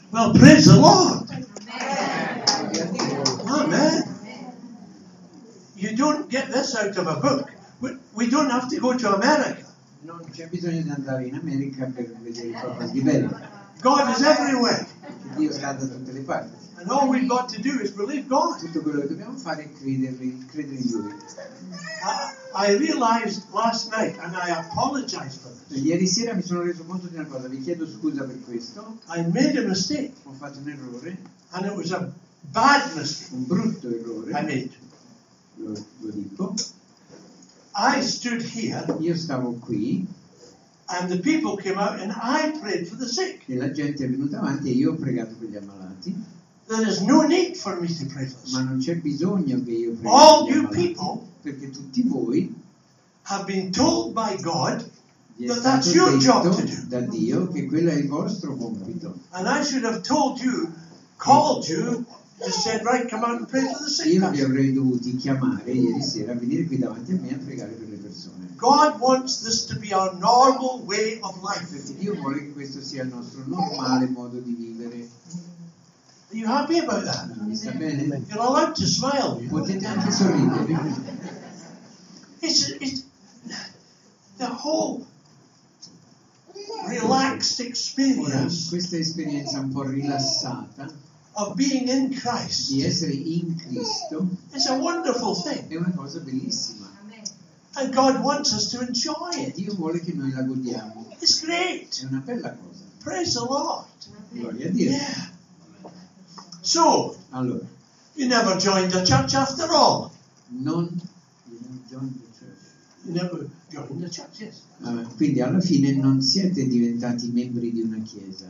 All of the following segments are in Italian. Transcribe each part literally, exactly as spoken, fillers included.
Well, praise the Lord. Amen. You don't get this out of a book. We, we don't have to go to America. Non c'è bisogno di andare in America per vedere qualcosa di bello. God is everywhere. Dio sta da tutte le parti. And all we've got to do is believe God. Tutto quello che dobbiamo fare è crederli, credere in Lui. I, I realized last night, and I apologize for this. Ieri sera mi sono reso conto di una cosa, vi chiedo scusa per questo. I made a mistake, Ho fatto un errore, and it was a bad mistake un brutto errore. I made. Lo, lo dico. I stood here, Io stavo qui and the people came out, and I prayed for the sick. e la gente è venuta avanti e io ho pregato per gli ammalati. There is no need for me to pray for the Ma sick. non c'è bisogno che io preghi All per gli you ammalati, people perché tutti voi have been told by God vi è that stato that's your job to detto do. da Dio che quello è il vostro compito. And I should have told you, called you, just said, right, come out and pray for the sick. Io vi avrei dovuti chiamare ieri sera a venire qui davanti a me a pregare per le persone. God wants this to be our normal way of life. Perché Dio vuole che questo sia il nostro normale modo di vivere. Are you happy about that? Mi sta bene? You're allowed to smile. You know? Potete anche sorridere. It's, it's the whole relaxed Ora, experience questa esperienza un po' rilassata of being in Christ di essere in Cristo is a wonderful thing. è una cosa bellissima. And God wants us to enjoy E it. Dio vuole che noi la godiamo. It's great. È una bella cosa. Praise the Lord. Gloria a Dio. Yeah. So, Allora, you never joined the church after all. non... you don't join the church. You never joined the church, yes. Ah, quindi alla fine non siete diventati membri di una chiesa.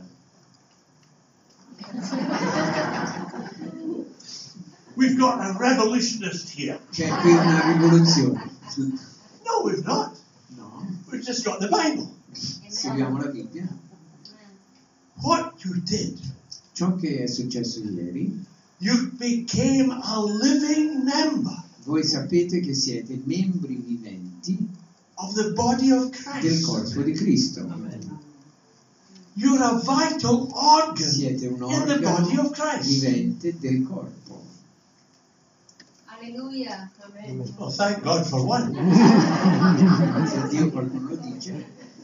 We've got a revolutionist here. C'è qui una rivoluzione. No, we've not. No, We've just got the Bible. seguiamo la Bibbia. What you did, Ciò che è successo ieri, you became a living member voi sapete che siete membri viventi of the body of del Christ. corpo di Cristo. You're a vital organ Siete un in the body organo of Christ. vivente del corpo. Alleluia. Amen. Well, thank God for one. Grazie a Dio qualcuno lo dice.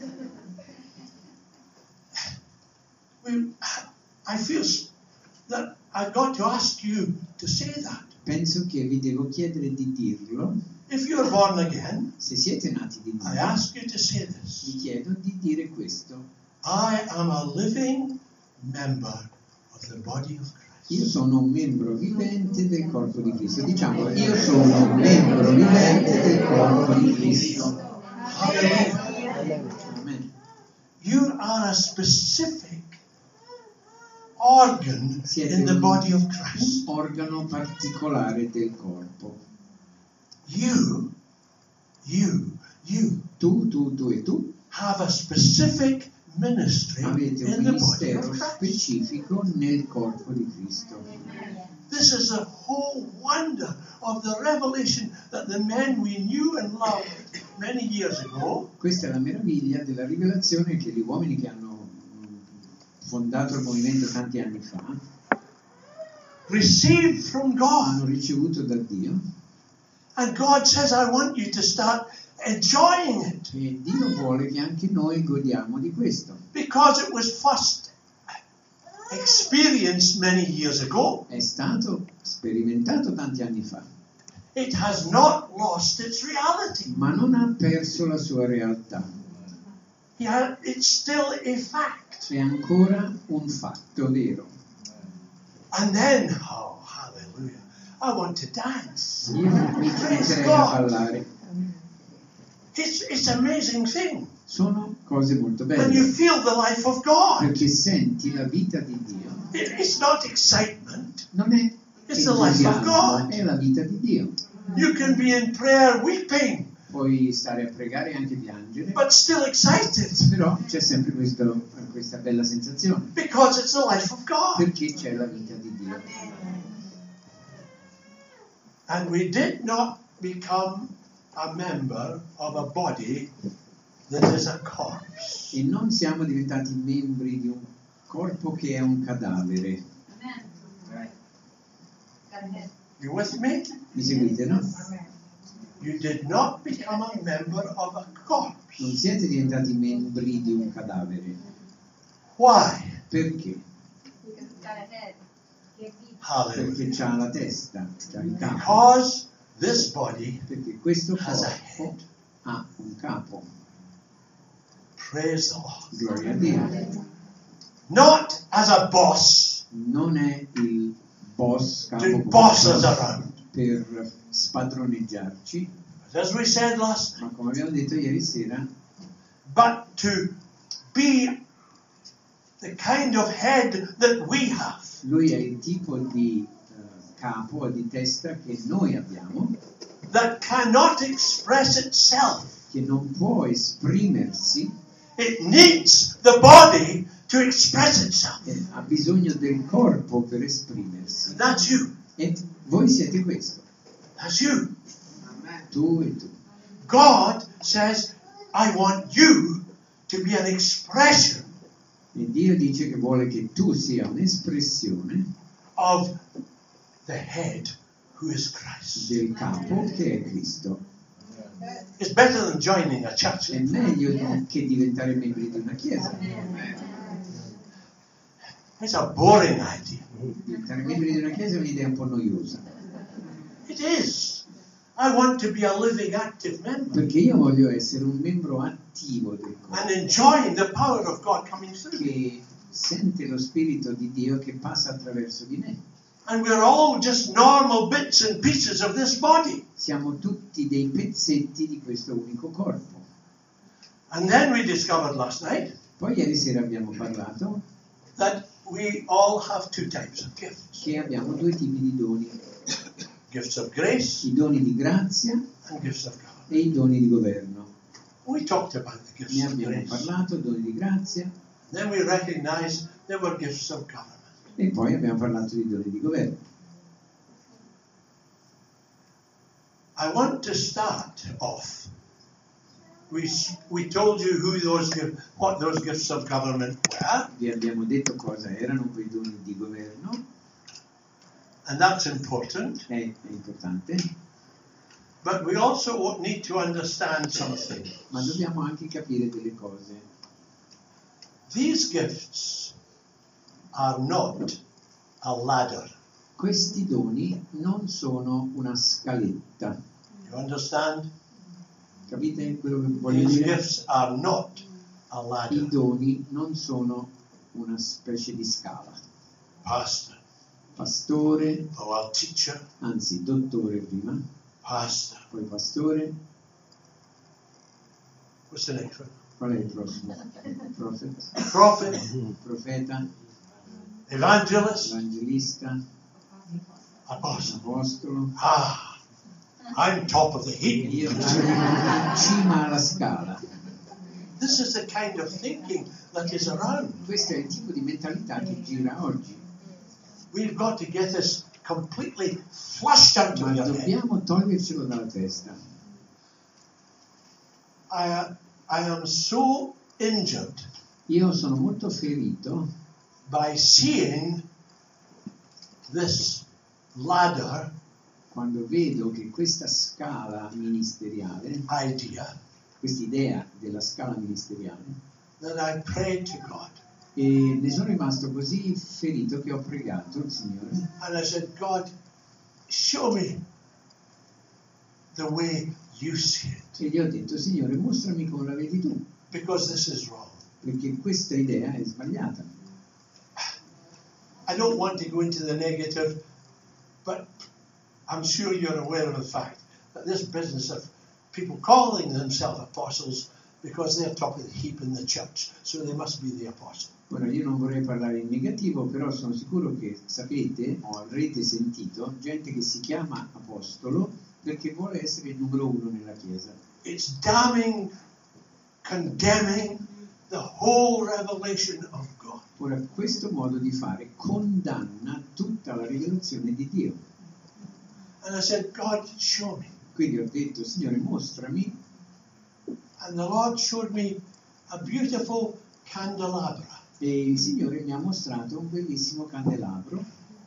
We, I feel s- that I've got to ask you to say that. Penso che vi devo chiedere di dirlo. If you're born again, Se siete nati di I nuovo, ask you to say vi this. chiedo di dire questo. I am a living member of the body of Christ. Io sono un membro vivente del corpo di Cristo. Diciamo, io sono un membro vivente del corpo di Cristo. Hallelujah. Amen. You are a specific organ Siete in the un, body of un Christ. organo particolare del corpo. You, you, you Tu, tu, tu e tu have a specific ministry avete un in the body ministero of Christ. specifico nel corpo di Cristo. This is the whole wonder of the revelation that the men we knew and loved many years ago Questa è la meraviglia della rivelazione che gli uomini che hanno mh, fondato il movimento tanti anni fa received from God. hanno ricevuto da Dio, And God says, I want you to start enjoying it e Dio vuole che anche noi godiamo di questo. because it was first experienced many years ago. È stato sperimentato tanti anni fa, It has not lost its reality. ma non ha perso la sua realtà. Yeah, it's still a fact. È ancora un fatto vero. And then, oh, hallelujah, I want to dance. Io mi metterei a ballare. It's it's an amazing thing Sono cose molto when you belle, feel the life of God. perché senti la vita di Dio. It, it's not excitement. Non è It's the life of entusiasmo, God. è la vita di Dio. You can be in prayer weeping, Puoi stare a pregare e anche piangere, but still excited però c'è sempre questo, questa bella sensazione, because it's the life of God. perché c'è la vita di Dio. And we did not become a member of a body that is a corpse. E non siamo diventati membri di un corpo che è un cadavere. You with me? Mi seguite, no? You did not become a member of a corpse. Non siete diventati membri di un cadavere. Why? Perché? Hallelujah. Perché c'ha la testa, c'ha il capo. Because this body Perché questo has a corpo head. ha un capo. Praise the Lord. Gloria a Dio. Not as a boss Non è il boss capo to come boss us questo around. per spadroneggiarci, But as we said last ma night, come abbiamo detto ieri sera, but to be the kind of head that we have. lui è il tipo di eh, capo o di testa che noi abbiamo, That cannot express itself. che non può esprimersi, It needs the body to express itself. eh, ha bisogno del corpo per esprimersi. That's you. E voi siete questo, That's you. tu e tu. God says, I want you to be an expression E Dio dice che vuole che tu sia un'espressione of the head who is Christ. del capo che è Cristo. It's better than joining a church. È meglio di- che diventare membri di una chiesa. It's a boring idea. Diventare membri di una chiesa è un'idea un po' noiosa, It is. I want to be a living, active member perché io voglio essere un membro attivo del corpo and enjoying the power of God coming through. che sente lo Spirito di Dio che passa attraverso di me. And we're all just normal bits and pieces of this body. Siamo tutti dei pezzetti di questo unico corpo. And then we discovered last night Poi ieri sera abbiamo parlato that we all have two types of gifts. che abbiamo due tipi di doni, Gifts of grace i doni di grazia and gifts of God. e i doni di governo. We talked about the gifts Ne of abbiamo grace. parlato, doni di grazia, Then we recognized there were gifts of government. e poi abbiamo parlato di doni di governo. I want to start off. We we told you who those gifts, what those gifts of government were, Vi abbiamo detto cosa erano quei doni di governo, and that's important. è, è importante, But we also need to understand something. ma dobbiamo anche capire delle cose. These gifts are not a ladder. Questi doni non sono una scaletta. You understand? Capite quello che voglio These dire? gifts are not a I ladder. doni non sono una specie di scala. Pastor, Pastore, or well, teacher, anzi dottore prima, pastor. poi pastore, What's the next one? qual è il prossimo? Prophet, Prophet, profeta, evangelist, evangelista, apostle. apostolo. Ah, I'm top of the E heap. io arrivo in cima alla scala. This is the kind of thinking that is around. Questo è il tipo di mentalità che gira oggi. We've got to get this completely flushed out Ma of your head. dobbiamo togliercelo dalla testa. I, I am so injured Io sono molto ferito by seeing this ladder quando vedo che questa scala ministeriale, idea questa idea della scala ministeriale, that I prayed to God. e ne sono rimasto così ferito che ho pregato il Signore And I said, God, show me the way you see it, e gli ho detto: Signore, mostrami come la vedi tu, because this is wrong. perché questa idea è sbagliata. I don't want to go into the negative, but I'm sure you're aware of the fact that this business of people calling themselves apostles because they're top of the heap in the church, so they must be the apostle. Ora, io non vorrei parlare in negativo, però sono sicuro che sapete o avrete sentito gente che si chiama apostolo perché vuole essere il numero uno nella Chiesa. It's damning, condemning the whole revelation of God. Ora, questo modo di fare condanna tutta la rivelazione di Dio. And I said, God, show me. Quindi ho detto: Signore, mostrami. And the Lord showed me a beautiful candelabra. E il Signore mi ha mostrato un bellissimo candelabro,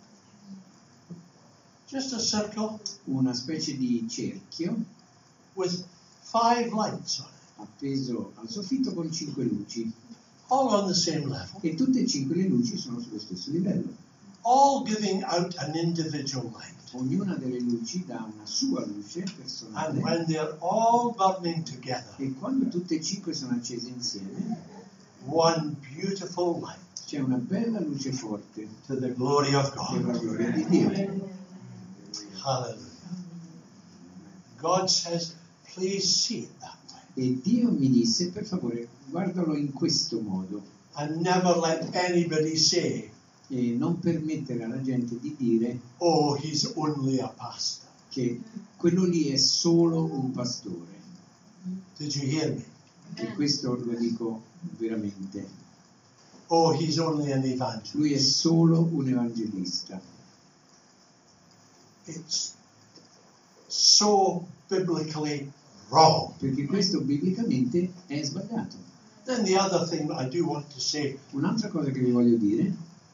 just a circle una specie di cerchio with five lights on it, appeso al soffitto con cinque luci, all on the same level, e tutte e cinque le luci sono sullo stesso livello. all giving out an individual light. Ognuna delle luci dà una sua luce And personale, when they're all burning together, e quando tutte e cinque sono accese insieme one beautiful light c'è una bella luce forte to the glory of per la God. gloria di Dio. Hallelujah. God says, please see it that way. E Dio mi disse, per favore, guardalo in questo modo And never let anybody say, e non permettere alla gente di dire oh, he's only a pastor. che quello lì è solo un pastore. Did you hear me? E questo lo dico veramente. Oh, he's only an evangelist. Lui è solo un evangelista. It's so biblically wrong. Perché questo biblicamente è sbagliato. Then the other thing I do want to say, Un'altra cosa che vi voglio dire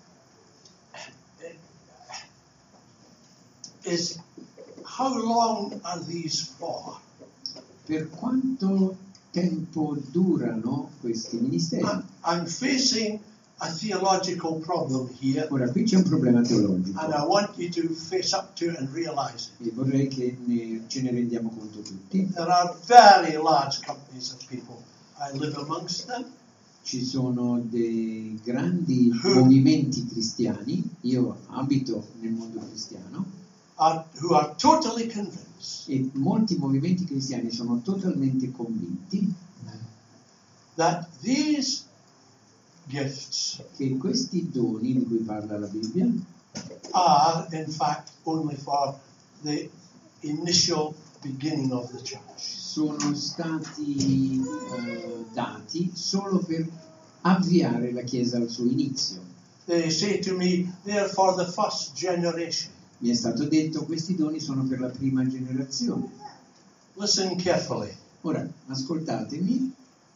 is how long are these for? per quanto tempo durano questi ministeri. I'm, I'm facing a theological problem here, Ora, qui c'è un problema teologico and I want you to face up to it and realize it. e vorrei che ne- ce ne rendiamo conto tutti. There are very large companies of people. I live amongst them. Ci sono dei grandi Who- movimenti cristiani, io abito nel mondo cristiano, Are, who are totally convinced e molti movimenti cristiani sono totalmente convinti that these gifts che questi doni di cui parla la Bibbia are, in fact, only for the initial beginning of the church. sono stati eh, dati solo per avviare la Chiesa al suo inizio. They say to me, they're for the first generation. Mi è stato detto questi doni sono per la prima generazione. Listen carefully. Ora, ascoltatemi,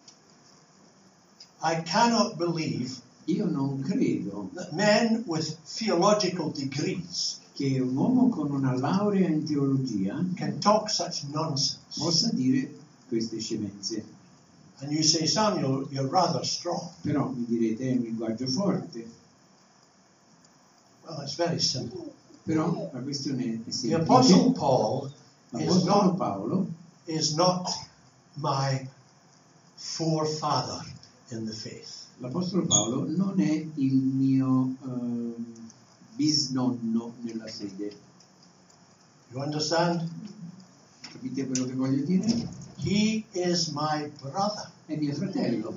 I cannot believe io non credo that men with theological degrees che un uomo con una laurea in teologia can talk such nonsense. possa dire queste scemenze. And you say, Samuel, you're rather strong. Però mi direte, è un linguaggio forte. Well, it's very simple. Però la questione è The Apostle semplice. Paul is L'Apostolo not, Paolo is not my forefather in the faith. L'Apostolo Paolo non è il mio ehm, bisnonno nella fede. You understand? Capite quello che voglio dire? He is my brother. È mio fratello.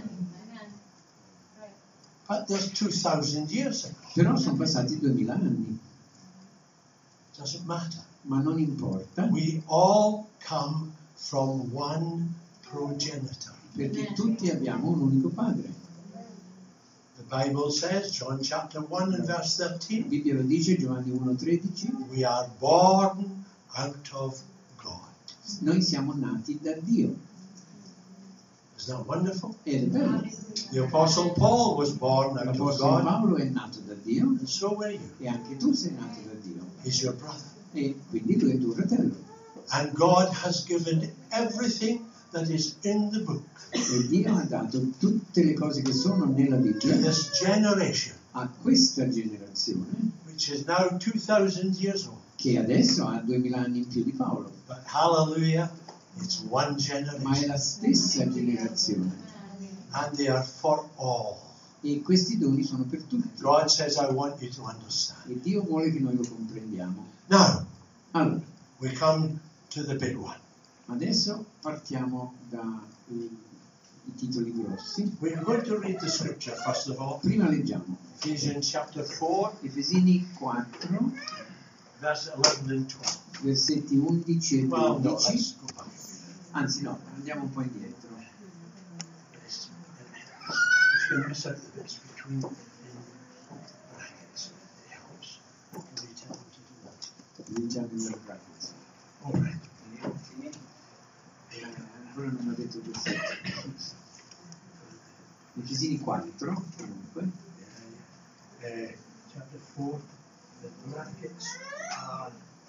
But there's two thousand years ago. Però sono passati duemila anni. Doesn't matter. Ma non importa, We all come from one progenitor. perché tutti abbiamo un unico padre. The Bible says, John chapter one and verse La thirteen, Bibbia lo dice, Giovanni uno tredici, we are born out of God. noi siamo nati da Dio. Isn't that wonderful? Ed è bello. The Apostle Paul was born out of L'Apostolo God, Paolo è nato da Dio and so were you. e anche tu sei nato da Dio. He's your brother. E quindi lui è tuo fratello. And God has given everything that is in the book E Dio ha dato tutte le cose che sono nella to Bibbia this generation, a questa generazione which is now two thousand years old. che adesso ha duemila anni in più di Paolo, But hallelujah, it's one ma è generation. la stessa generazione. And they are for all. E questi doni sono per tutti. God says, I want you to understand. E Dio vuole che noi lo comprendiamo. Now, Allora, we come to the big one. adesso partiamo dai titoli grossi. We're going to read the scripture, first of all. Prima leggiamo Ephesians chapter four, Efesini quattro, verse eleven and twelve. versetti undici e Well, no, dodici. let's go back. Anzi no, andiamo un po' indietro. If you miss out the bits between in brackets, it helps. Can you tell them to do that? Leggiamo i brackets. All right. Eh, ancora non ho detto versetti. Efesini quattro, comunque. Uh, chapter four, the brackets are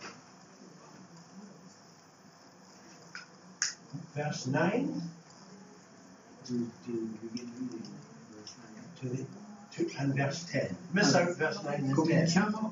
verse nine To, to begin reading verse nine. to the to, and verse ten. Miss Allora, out verse nine and ten. cominciamo.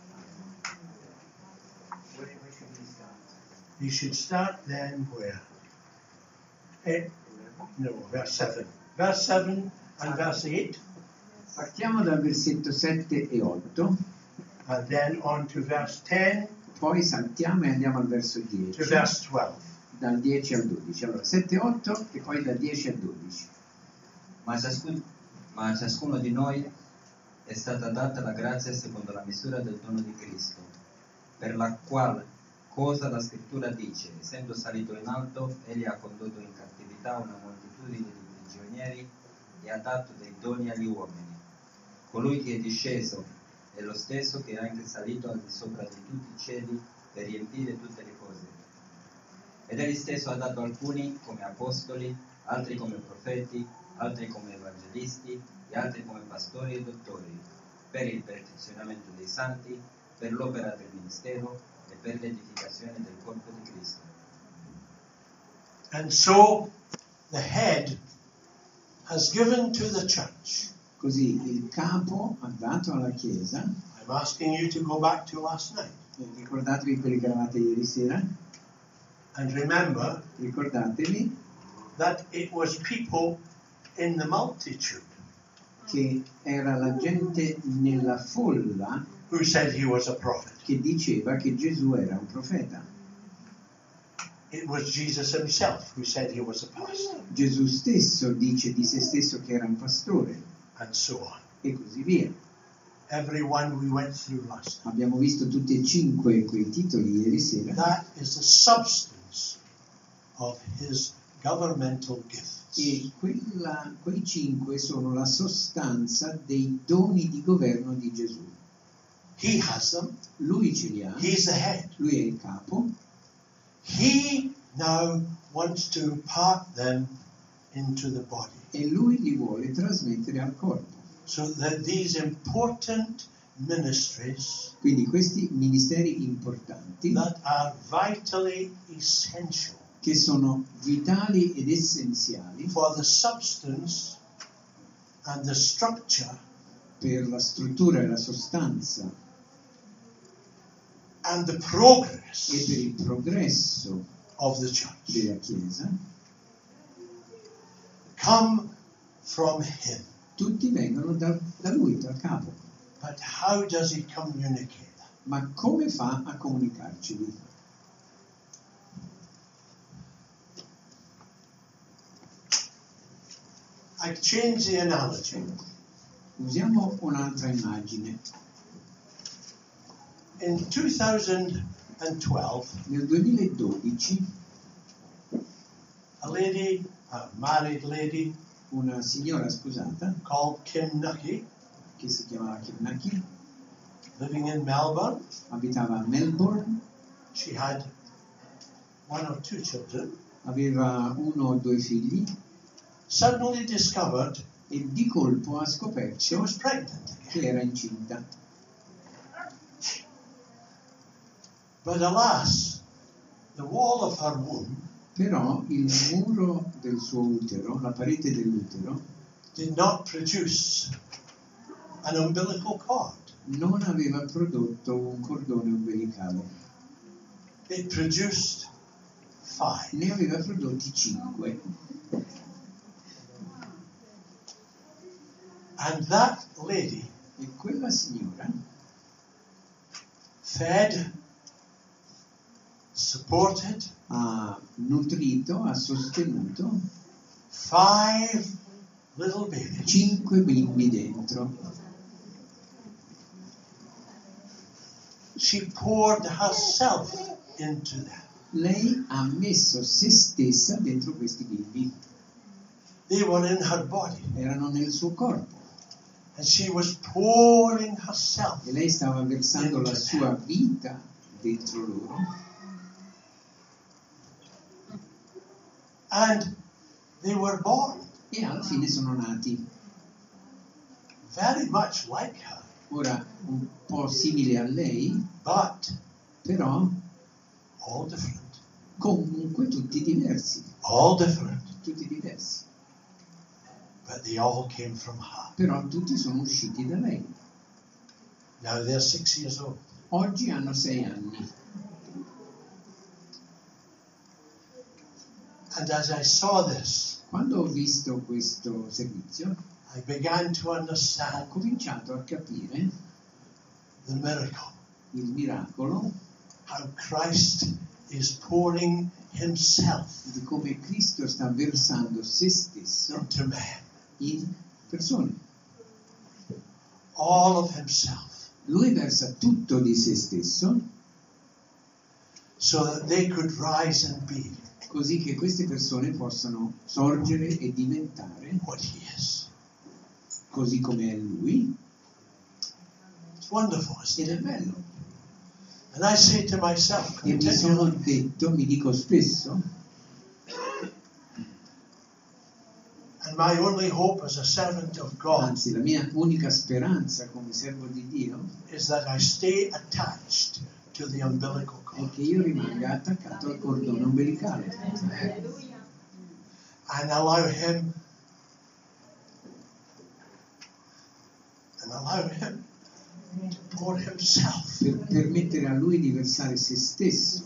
You should start then where? Eh, no, verse seven. Verse seven and verse eight, Partiamo dal versetto sette e otto, and then on to verse ten poi saltiamo e andiamo al verso to dieci, verse twelve. dal dieci al dodici. Allora, sette e otto e poi dal dieci al dodici. Ma, ciascun- ma a ciascuno di noi è stata data la grazia secondo la misura del dono di Cristo, per la quale cosa la scrittura dice, essendo salito in alto, egli ha condotto in cattività una moltitudine di prigionieri e ha dato dei doni agli uomini. Colui che è disceso è lo stesso che è anche salito al di sopra di tutti i cieli per riempire tutte le cose. Ed egli stesso ha dato alcuni come apostoli, altri come profeti, altri come evangelisti e altri come pastori e dottori, per il perfezionamento dei santi, per l'opera del ministero e per l'edificazione del corpo di Cristo. And so the head has given to the church. Così il capo ha dato alla Chiesa. I'm asking you to go back to last night Eh, ricordatevi quelli che eravate ieri sera, and remember ricordatevi that it was people in the multitude che era la gente nella folla who said he was a prophet. che diceva che Gesù era un profeta. It was Jesus himself who said he was a pastor, Gesù stesso dice di se stesso che era un pastore and so on. e così via. Everyone we went through last night. Abbiamo visto tutti e cinque quei titoli ieri sera. That is the substance of his governmental gifts. E quella, quei cinque sono la sostanza dei doni di governo di Gesù. He has them. Lui ce li ha, He's the head. lui è il capo, He now wants to impart them into the body, e lui li vuole trasmettere al corpo. so that these important ministries Quindi questi ministeri importanti, that are vitally essential che sono vitali ed essenziali for the substance and the structure per la struttura e la sostanza and the e per progress il progresso of the church della Chiesa, come from him. tutti vengono da, da lui, dal capo. But how does he communicate them? Ma come fa a comunicarceli? I change the analogy. Usiamo un'altra immagine. In two thousand twelve, Nel duemiladodici a lady, a married lady una signora sposata called Kim Nucky, che si chiamava Kim Nucky living in Melbourne, abitava a Melbourne, she had one or two children, aveva uno o due figli suddenly discovered e di colpo ha she scoperto was pregnant che again. era incinta. But alas, the wall of her womb Però il muro del suo utero, la parete dell'utero, did not produce an umbilical cord. non aveva prodotto un cordone ombelicale, It produced five. ne aveva prodotti cinque. And that lady E quella signora fed, supported ha nutrito, ha sostenuto five little babies. cinque bimbi dentro. She poured herself into them. Lei ha messo se stessa dentro questi bimbi, They were in her body. erano nel suo corpo And she was pouring herself. e lei stava versando la sua vita dentro loro. And they were born. e alla fine sono nati. Very much like her, Ora, un po' simile a lei, but però all different. comunque tutti diversi, All different, tutti diversi, but they all came from her. però tutti sono usciti da lei. Now they're six years old. Oggi hanno sei anni. And as I saw this, Quando ho visto questo servizio, I began to ho understand cominciato a capire the miracle, il miracolo how Christ is pouring himself di come Cristo sta versando se stesso into man, in persone. all of himself, Lui versa tutto di se stesso so that they could rise and be così che queste persone possano sorgere e diventare what he is. così come è Lui. It's wonderful, isn't Ed it? è bello. And I say to myself E mi sono continually, detto, mi dico spesso, and my only hope as a servant of God anzi la mia unica speranza come servo di Dio is that I stay attached to the umbilical è cord che io rimanga attaccato al cordone ombelicale and allow him and allow him to pour himself per permettere a Lui di versare se stesso.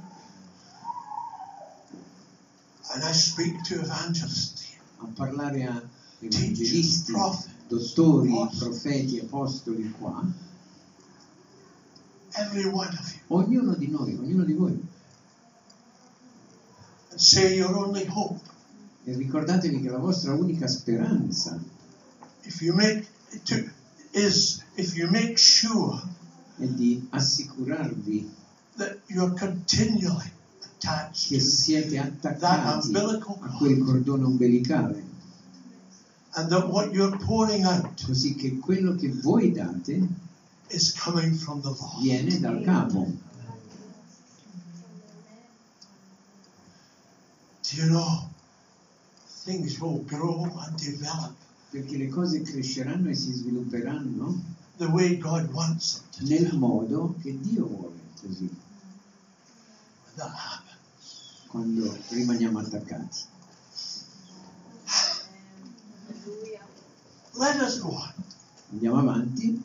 and I speak to evangelists here. A parlare a evangelisti, dottori, profeti, apostoli qua, Every one of you. ognuno di noi, ognuno di voi. And say your only hope. E ricordatevi che la vostra unica speranza If you make to, is if you make sure è di assicurarvi that you're continually attached che to siete that attaccati umbilical a quel cord cordone ombelicale, and that what you're pouring out così che quello che voi date is coming from the Lord. viene dal capo. Do you know, things will grow and develop Perché le cose cresceranno e si svilupperanno the way God wants them to nel develop. modo che Dio vuole, così, When that happens, quando rimaniamo attaccati. let us go on. Andiamo avanti.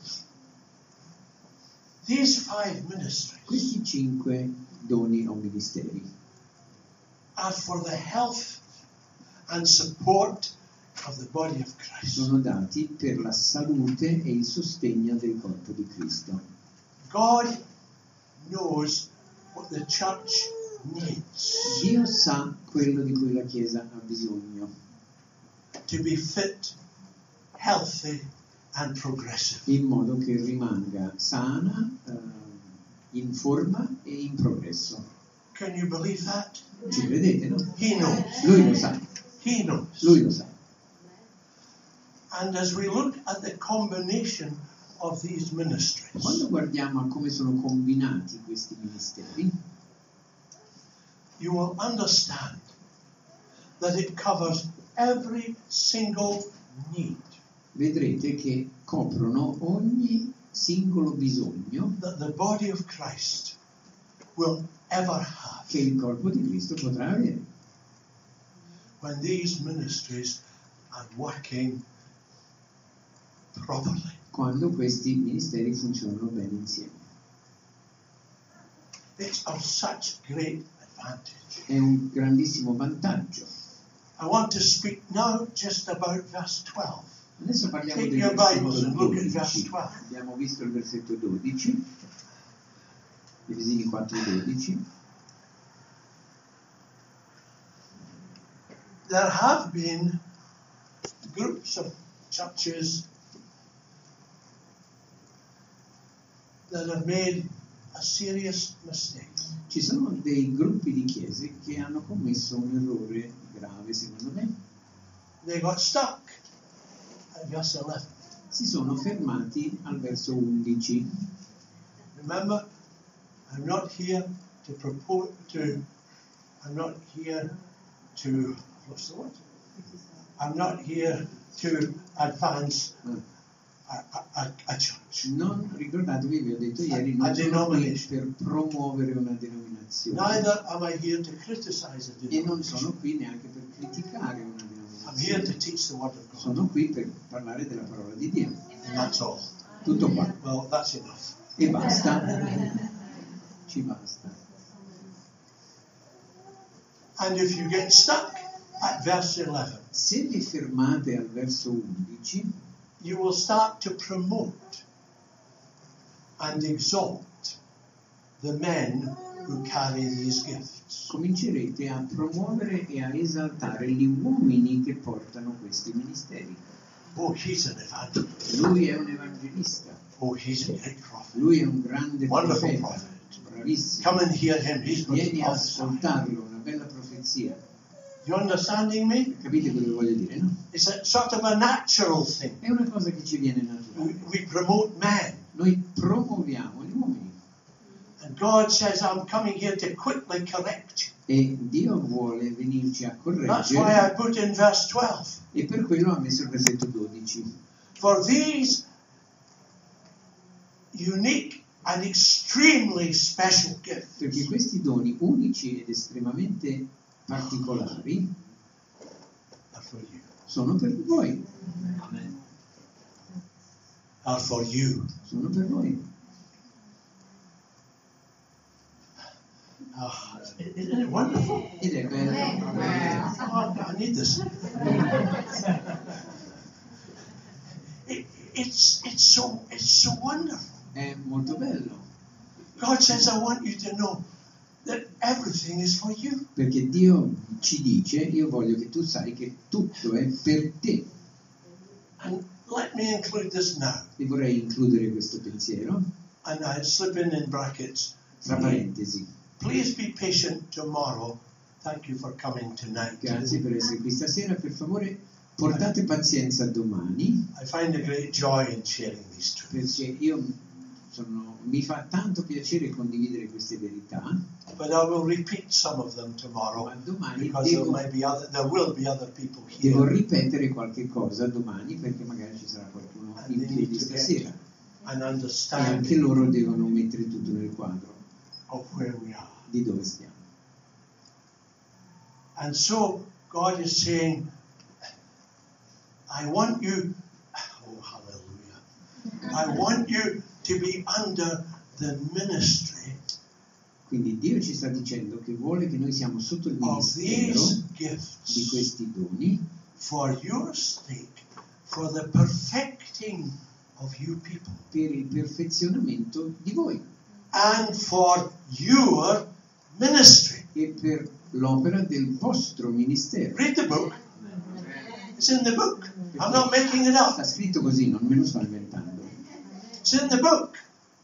These five ministries Questi cinque doni o ministeri are for the health and support of the body of Christ. sono dati per la salute e il sostegno del corpo di Cristo. God knows what the church needs Dio sa quello di cui la Chiesa ha bisogno, to be fit, healthy, and progressive. in modo che rimanga sana, eh, in forma e in progresso. Can you believe that? Ci credete, no? He knows. Lui lo sa, He knows. lui lo sa. And as we look at the combination of these ministries, Quando guardiamo a come sono combinati questi ministeri, you will understand that it covers every single need vedrete che coprono ogni singolo bisogno that the body of Christ will ever have che il corpo di Cristo potrà avere when these ministries are working properly. quando questi ministeri funzionano bene insieme. It's of such great advantage. È un grandissimo vantaggio. I want to speak now just about verse twelve. Adesso parliamo Take del your Bibles and look at versetto verse dodici. twelve. Abbiamo visto il versetto dodici, Efesini quattro dodici. There have been groups of churches that have made a serious mistake. Ci sono dei gruppi di chiese che hanno commesso un errore grave, secondo me. They got stuck at verse eleven. Si sono fermati al verso undici. Remember, I'm not here to propose to, I'm not here to, what's the word? I'm not here to advance Mm. a, a, a church. Non ricordatevi, vi ho detto ieri, A non sono qui denomination. per promuovere una denominazione Neither am I here to criticize a e non sono denomination. qui neanche per criticare una I'm here to denominazione. teach the Word of God. Sono qui per parlare della parola di Dio. And that's all. Tutto qua. Well, that's enough. E basta. Ci basta. And if you get stuck at verse eleven, Se vi fermate al verso undici, you will start to promote and exalt the men who carry these gifts. comincerete a promuovere e a esaltare gli uomini che portano questi ministeri. Oh, he's an evangelist. Lui è un evangelista, Oh, he's a great prophet. lui è un grande Wonderful profeta, prophet. bravissimo. Come and hear him. He's going to Vieni a prophesy. ascoltarlo, una bella profezia. You understanding me? Capite quello che voglio dire, no? It's a sort of a natural thing. È una cosa che ci viene We, naturale. we promote man. Noi promuoviamo gli uomini And God says, I'm coming here to quickly correct you. e Dio vuole venirci a That's why I correggere put in verse twelve. e per quello ha messo il versetto dodici. For these unique and extremely special gifts Perché questi doni unici ed estremamente particolari are for you. sono per voi, Are for you. sono per voi. Ah, isn't it wonderful? Ed è bello. Oh, I need this. It, it's it's so it's so wonderful. È molto bello, God says, I want you to know that everything is for you. perché Dio ci dice, io voglio che tu sai che tutto è per te. And let me include this now. E vorrei includere questo pensiero, And I slip in in brackets. tra parentesi. Please be patient tomorrow. Thank you for coming tonight. Grazie per essere qui stasera, per favore portate pazienza domani, I find a great joy in sharing these truths. perché io sono, mi fa tanto piacere condividere queste verità, But I will repeat some of them tomorrow ma domani because there devo, may be other, there will be other people devo here ripetere qualche cosa domani, perché magari ci sarà qualcuno in piedi stasera and e anche understanding loro devono mettere tutto nel quadro of where we are. di dove stiamo. And so God is saying, I want you, oh hallelujah, I want you to be under the ministry Quindi Dio ci sta dicendo che vuole che noi siamo sotto il of ministero these di gifts questi doni for your sake, for the perfecting of you people, per il perfezionamento di voi and for your ministry. e per l'opera del vostro ministero. Read the book. It's in the book. I'm not making it up. Sta scritto così, non me lo sto inventando. It's in the book.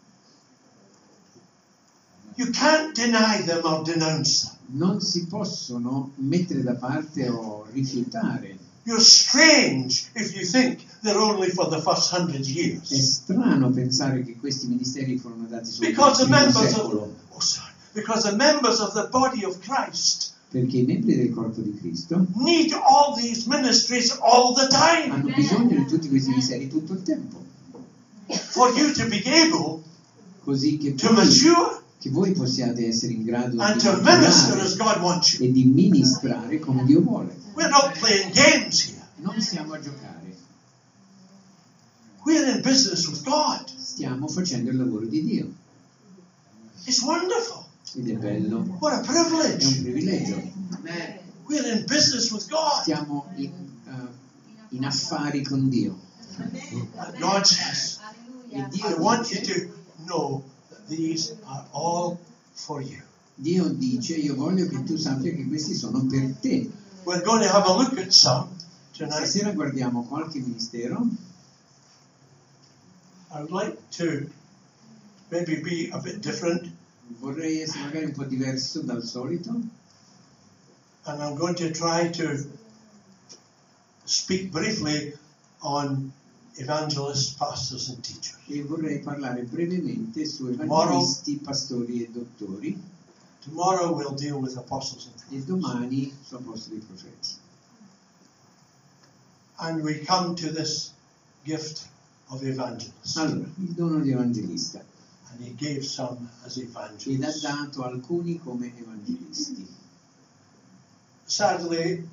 You can't deny them or denounce them. Non si possono mettere da parte o rifiutare. You're strange if you think they're only for the first hundred È years. strano pensare che questi ministeri furono dati solo Because the nel primo members secolo, of oh, sorry, because the members of the body of Christ perché i membri del corpo di Cristo need all these ministries all the time hanno bisogno di tutti questi ministeri tutto il tempo, for you to be able così che to voi, mature che voi possiate essere in grado and di to minister maturare as God wants you. e di ministrare come Dio vuole. We're not playing games here. Non siamo a giocare, We're in business with God. stiamo facendo il lavoro di Dio It's wonderful. ed è bello, What a è un privilege. privilegio. We're in business with God. Stiamo in, eh, in affari con Dio And God says, e I Dio want you dice, to know that these are all for you. Dio dice io voglio che tu sappia che questi sono per te. We're going to have a look at some tonight. Stasera guardiamo qualche ministero. I would like to maybe be a bit different, Vorrei essere magari un po' diverso dal solito and I'm going to try to speak briefly on evangelists, pastors, and teachers. e vorrei parlare brevemente su evangelisti, pastori e dottori Tomorrow we'll deal with apostles and e prophets. domani su apostoli e profeti. And we come to this gift of evangelist. Allora, il dono di evangelista. And he gave some as Ed ha evangelists. dato alcuni come evangelisti. Sadly,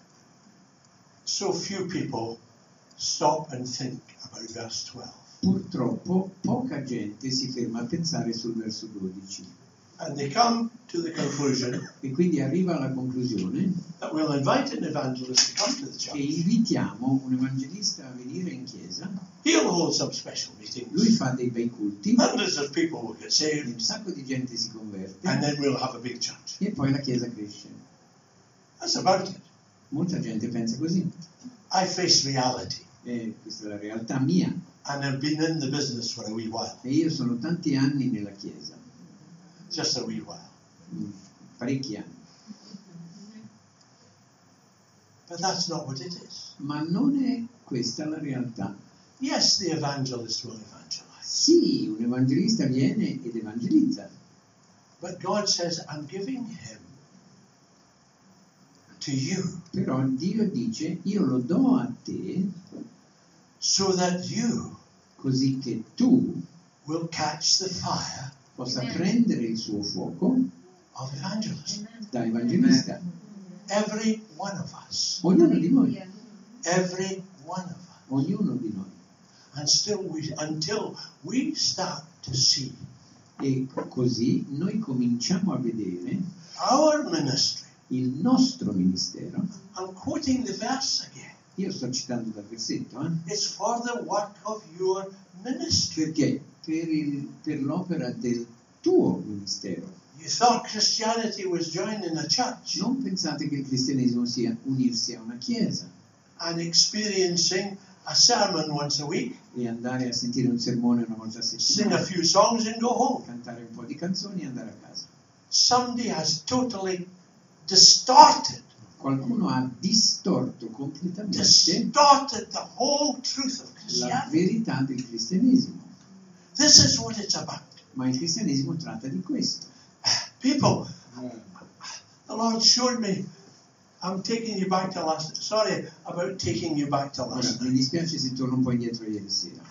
so few people stop and think about verse twelve. Purtroppo poca gente si ferma a pensare sul verso dodici And they come to the conclusion e quindi arriva alla conclusione that we'll invite an evangelist to come to the che church. invitiamo un evangelista a venire in chiesa, He'll hold some special lui meetings. fa dei bei culti, Hundreds of people will get e saved, un sacco di gente si converte and then we'll have a big church. e poi la chiesa cresce. That's about it. Molta gente pensa così, I face reality, e questa è la realtà mia, and I've been in the business for a wee while, e io sono tanti anni nella chiesa, just a wee while. mm, parecchi anni, But that's not what it is. ma non è questa la realtà. Yes, the evangelist will evangelize. Sì, un evangelista viene ed evangelizza, But God says, I'm giving him to you però Dio dice io lo do a te so that you così che tu will catch the fire possa Amen. prendere il suo fuoco of evangelism. da evangelista. Every one of us. Ognuno di noi, Every one of us. ognuno di noi. And still we until we start to see E così noi cominciamo a vedere our ministry. il nostro ministero. I'm quoting the verse again. Io sto citando dal versetto, eh? It's for the work of your ministry. Perché? Per, il- per l'opera del tuo ministero. You thought Christianity was joining a church Non pensate che il cristianesimo sia unirsi a una chiesa and experiencing a sermon once a week, e andare a sentire un sermone una volta a sing a settimana, few songs and go home. cantare un po' di canzoni e andare a casa. Somebody has totally distorted, Qualcuno ha distorto completamente distorted the whole truth of la Christianity. verità del cristianesimo. This is what it's about. Ma il cristianesimo tratta di questo. People, the Lord showed me, I'm taking you back to last, sorry about taking you back to Ora, last mi night, dispiace se torno un po' indietro a ieri sera,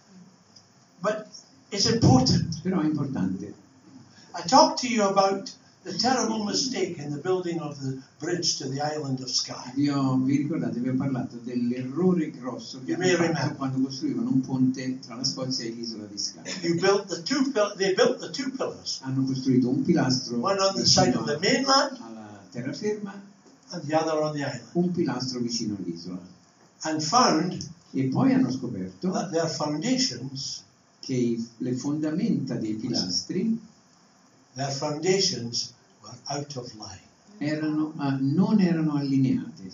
but it's important. però è importante. I talked to you about the terrible mistake in the building of the bridge to the island of Skye. Vi, ho- vi ricordate, vi ho parlato dell'errore grosso che You may hanno fatto remember. quando costruivano un ponte tra la Scozia e l'isola di Skye. You built the two, pill- they built the two pillars, Hanno costruito un pilastro one on the side vicino of the mainland alla terraferma, and the other on the island, un pilastro vicino all'isola. and found E poi hanno scoperto that their foundations, che i- le fondamenta dei pilastri their foundations were out of line. erano, ah, non erano allineate.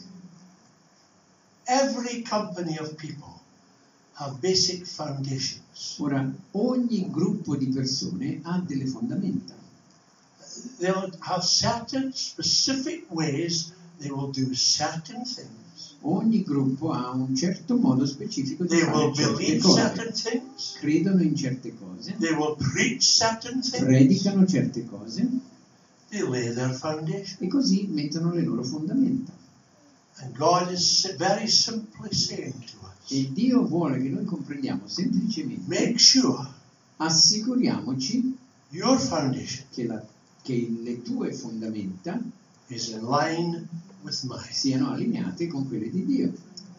Every company of people have basic foundations. Ora, ogni gruppo di persone ha delle fondamenta. They'll have certain specific ways they will do certain things. Ogni gruppo ha un certo modo specifico di They fare will certe believe cose. certain things. Credono in certe cose, They will preach certain things. predicano certe cose They lay their foundation. e così mettono le loro fondamenta. And God is si- very simply saying to us, E Dio vuole che noi comprendiamo semplicemente, make sure assicuriamoci your foundation che, la- che le tue fondamenta is in line with mine. siano allineate con quelle di Dio.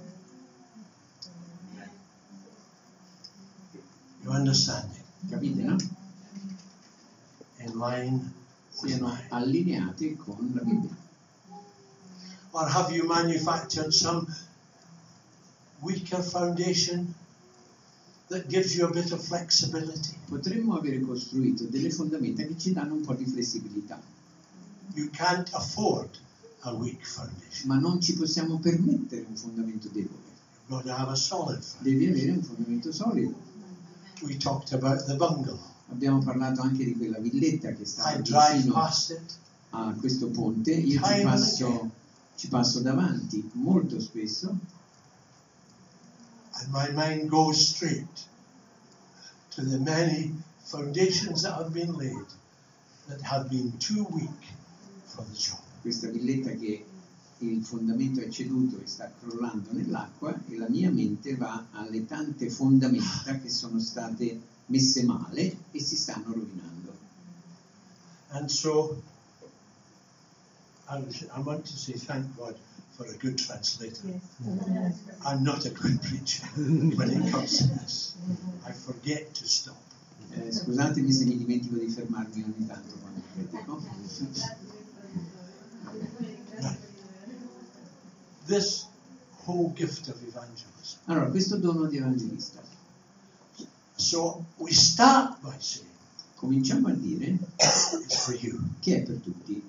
You understand it? Capite, no? In line with Siano mine. allineate con la Bibbia. Or have you manufactured some weaker foundation that gives you a bit of flexibility? Potremmo avere costruito delle fondamenta che ci danno un po' di flessibilità, You can't afford a weak foundation. ma non ci possiamo permettere un fondamento debole. You've got to have a solid foundation. Devi avere un fondamento solido. We talked about the bungalow. Abbiamo parlato anche di quella villetta che I sta drive vicino past it. a questo ponte. Io ci Time and passo, again. ci passo davanti molto spesso And my mind goes straight to the many foundations that have been laid that have been too weak for the job. questa villetta che il fondamento è ceduto e sta crollando nell'acqua e la mia mente va alle tante fondamenta che sono state messe male e si stanno rovinando. And so, I, I want to say thank God for a good translator. I'm not a good preacher when it comes to this. I forget to stop. Eh, scusatemi se mi dimentico di fermarmi ogni tanto quando predico. Right. This whole gift of evangelism. Allora, questo dono di evangelista. So we start by saying Cominciamo a dire it's for you. che è per tutti.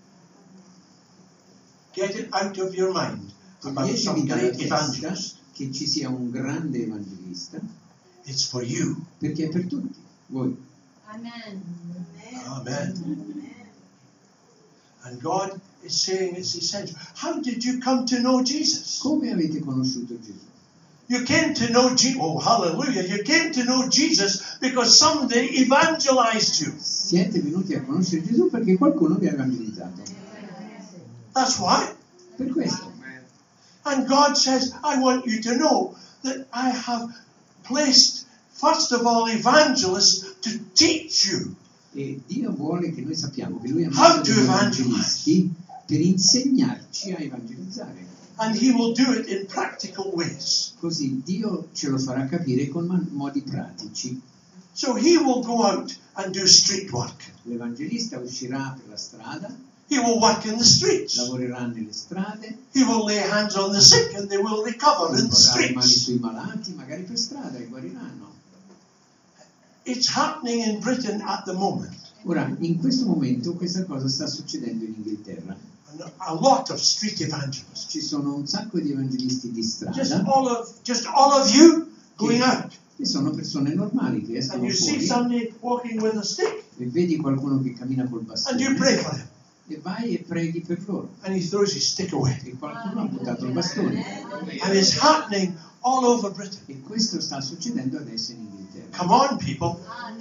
Get it out of your mind about Toglietevi some dalla great testa evangelist. che ci sia un grande evangelista, It's for you. perché è per tutti, voi. Amen. Amen. And God is saying it's essential. How did you come to know Jesus? Come avete conosciuto Gesù? You came to know Jesus. Oh, hallelujah. You came to know Jesus because somebody evangelized you. Siete venuti a conoscere Gesù perché qualcuno vi ha evangelizzato. That's why. Per questo. And God says, I want you to know that I have placed, first of all, evangelists to teach you. E Dio vuole che noi sappiamo che Lui ha How messo to degli evangelize. evangelisti per insegnarci a evangelizzare. And He will do it in practical ways. Così Dio ce lo farà capire con man- modi pratici. So He will go out and do street work. L'evangelista uscirà per la strada, He will work in the streets. lavorerà nelle strade, He will lay hands on the sick and they will recover in the porrà le mani streets. sui malati, magari per strada, e guariranno. It's happening in Britain at the moment. Ora, in questo momento questa cosa sta succedendo in Inghilterra. And a lot of street evangelists. Ci sono un sacco di evangelisti di Just strada all of just all of you going out. che sono persone normali che And escono you see fuori somebody walking with a stick e vedi qualcuno che cammina col and you pray bastone for him. e vai e preghi per loro And he throws his stick away. e qualcuno ha buttato il bastone. And it's happening all over Britain. E questo sta succedendo adesso in Inghilterra. Come on, people.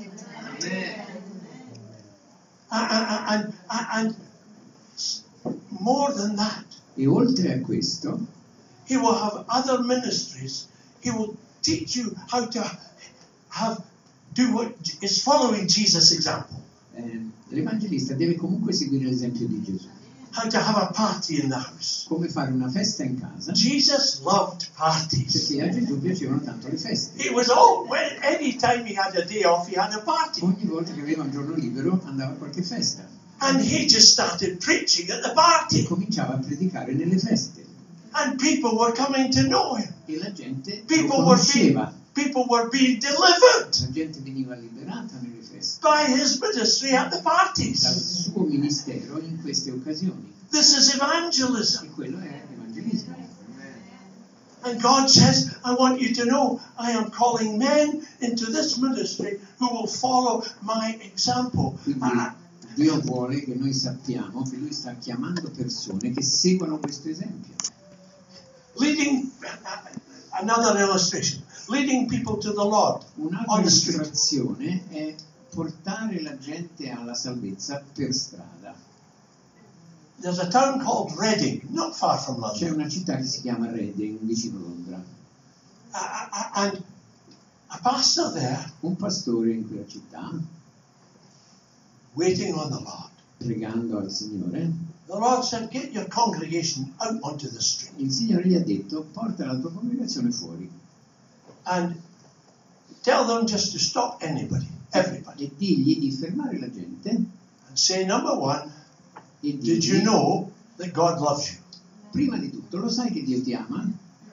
And, and, and, and more than that, E oltre a questo, he will have other ministries. He will teach you how to have do what is following Jesus' example. eh, l'evangelista deve comunque seguire l'esempio di Gesù. How to have a party in the house. Come fare una festa in casa, Jesus loved parties. perché a Gesù piacevano tanto le feste. He was all when any time he had a day off, he had a party, Ogni volta che aveva un giorno libero andava a qualche festa and he just started preaching at the e party, cominciava a predicare nelle feste and people were coming to know him. e la gente lo People were being conosceva. people were being delivered La gente veniva liberata nelle feste by his ministry at the dal parties. suo ministero in queste occasioni. This is evangelism. E quello è evangelismo. And God says, I want you to know I am calling men into this ministry who will follow my example. Quindi Uh, Dio vuole che noi sappiamo che Lui sta chiamando persone che seguano questo esempio. leading, another illustration, leading people to the Lord Un'altra on the street. illustrazione è portare la gente alla salvezza per strada. There's a town called Reading, not far from C'è London. una città che si chiama Reading, vicino Londra. Uh, uh, and a pastor there, Un pastore in quella città, waiting on the Lord. pregando al Signore, The Lord said, get your congregation out onto the street il Signore gli ha detto: porta la tua congregazione fuori and tell them just to stop anybody, everybody. e digli di fermare la gente And say, number one, e did you digli, know that God loves you? prima di tutto, lo sai che Dio ti ama?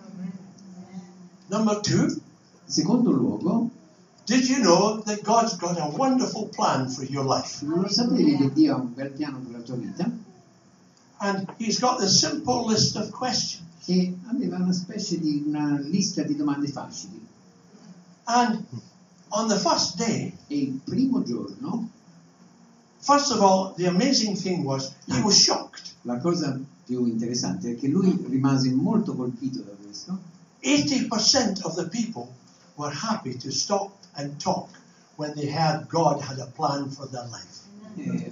Number two, In secondo luogo, did you know that God's got a wonderful plan for your life? non lo sapevi che Dio ha un bel piano per la tua vita? And He's got this simple list of questions. E aveva una specie di una lista di domande facili. And on the first day, E il primo giorno, first of all, the amazing thing was he was shocked. la cosa più interessante è che lui rimase molto colpito da questo. eighty percent of the people were happy to stop and talk when they heard God had a plan for their life. E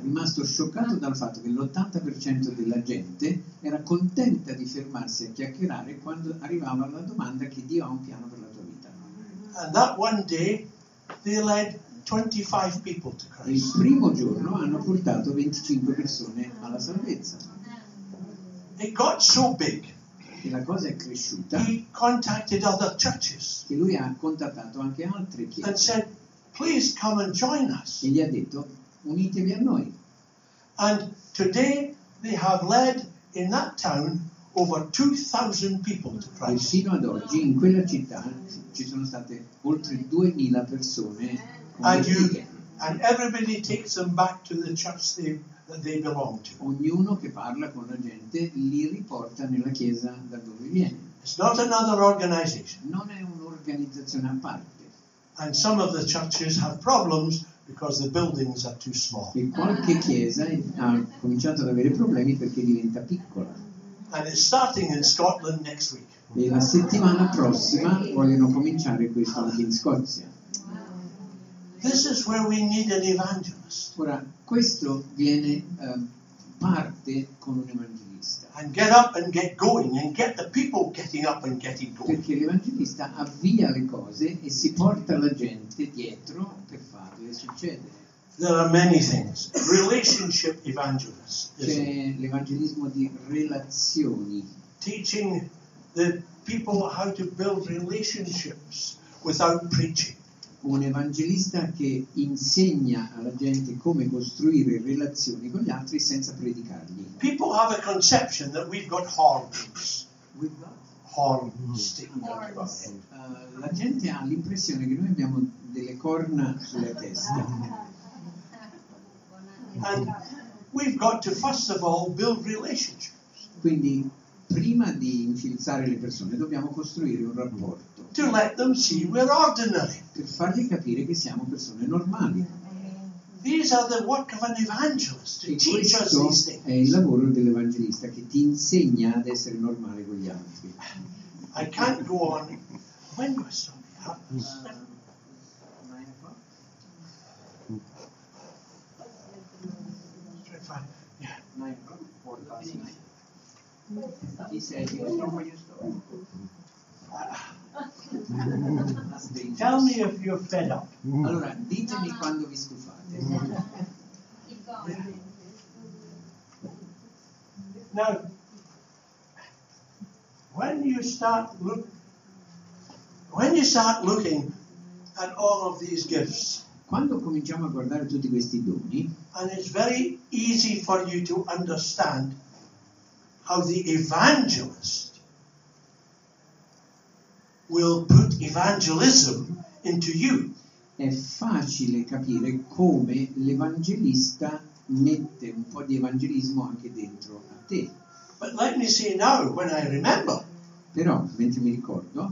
rimasto scioccato dal fatto che l'ottanta per cento della gente era contenta di fermarsi a chiacchierare quando arrivava la domanda che Dio ha un piano per la tua vita. And that one day, they led twenty-five people to E il Christ. primo giorno hanno portato venticinque persone alla salvezza. It got so big, E la cosa è cresciuta he contacted other churches che lui ha contattato anche altre and chiese said, please come and join us. e gli ha detto unitevi a noi. And today they have led in that town over two thousand people to E Christ. fino ad oggi in quella città ci sono state oltre duemila persone And you, convertite. and everybody takes them back to the church they, that they belong to. Ognuno che parla con la gente li riporta nella chiesa da dove viene. It's not another organization. Non è un'organizzazione a parte. And some of the churches have problems because the buildings are too small. E qualche chiesa ha cominciato ad avere problemi perché diventa piccola. And it's starting in Scotland next week. E la settimana prossima vogliono cominciare questo anche in Scozia. This is where we need an evangelist. Ora, questo viene eh, parte con un evangelista. And get up and get going and get the people getting up and getting going. Perché l'evangelista avvia le cose e si porta la gente dietro per farle succedere. There are many things. Relationship evangelists. C'è l'evangelismo di relazioni, Teaching the people how to build relationships without preaching. un evangelista che insegna alla gente come costruire relazioni con gli altri senza predicargli. People have a conception that we've got horns. Horns sticking out of our head. Uh, la gente ha l'impressione che noi abbiamo delle corna sulla testa. And we've got to, first of all, build relationships. Quindi prima di infilzare le persone dobbiamo costruire un rapporto To let them see we're ordinary. per fargli capire che siamo persone normali. These are the work of an evangelist, to E teach us questo these things. è il lavoro dell'evangelista che ti insegna ad essere normale con gli altri. I can't go on. When do I stop? Yeah. Tell me if you're fed up. Allora, ditemi quando vi stufate. Now, when you start look, when you start looking at all of these gifts, Quando cominciamo a guardare tutti questi doni, and it's very easy for you to understand how the evangelist will put evangelism into you. è facile capire come l'evangelista mette un po' di evangelismo anche dentro a te. But let me say now, when I remember, Però, mentre mi ricordo,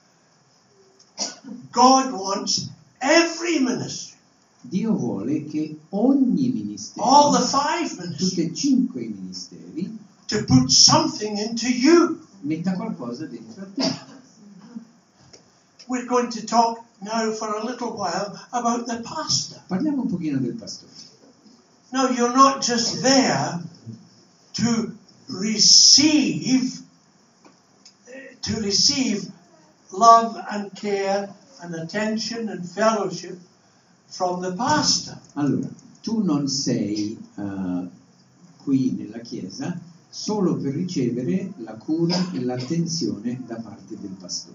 God wants every ministry, Dio vuole che ogni ministero, all the five tutti ministries, e cinque i ministeri, to put something into you. metta qualcosa dentro a te. We're going to talk now for a little while about the pastor. Parliamo un pochino del pastore. Now, you're not just there to receive, to receive love and care and attention and fellowship from the pastor. Allora, tu non sei uh, qui nella chiesa solo per ricevere la cura e l'attenzione da parte del pastore.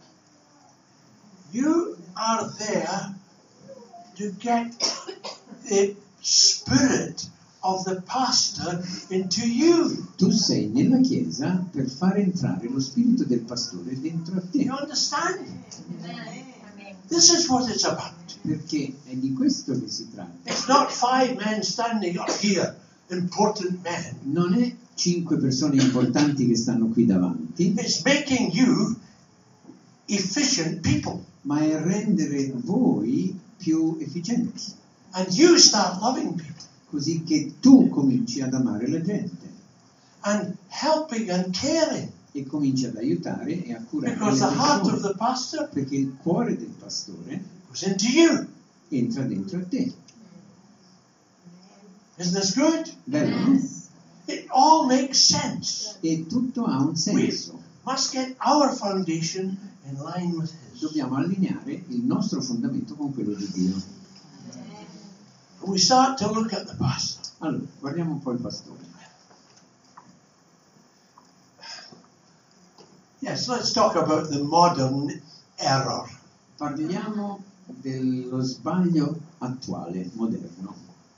You are there to get the spirit of the pastor into you. Tu sei nella chiesa per far entrare lo spirito del pastore dentro a te, You understand? This is what it's about. perché è di questo che si tratta. It's not five men standing up here, important men. Non è cinque persone importanti che stanno qui davanti, It's making you efficient people. ma è rendere voi più efficienti, And you start loving people così che tu cominci ad amare la gente and helping and caring. e cominci ad aiutare e a curare Because le the heart of persone, the pastor perché il cuore del pastore goes into you. entra dentro a te. Isn't this good? Bello, no? It all makes sense. E tutto ha un senso. Must get our foundation in line with His. Dobbiamo allineare il nostro fondamento con quello di Dio. And we start to look at the pastor. Allora, guardiamo un po' il pastore. Yes, let's talk about the modern error. Parliamo dello sbaglio attuale, moderno.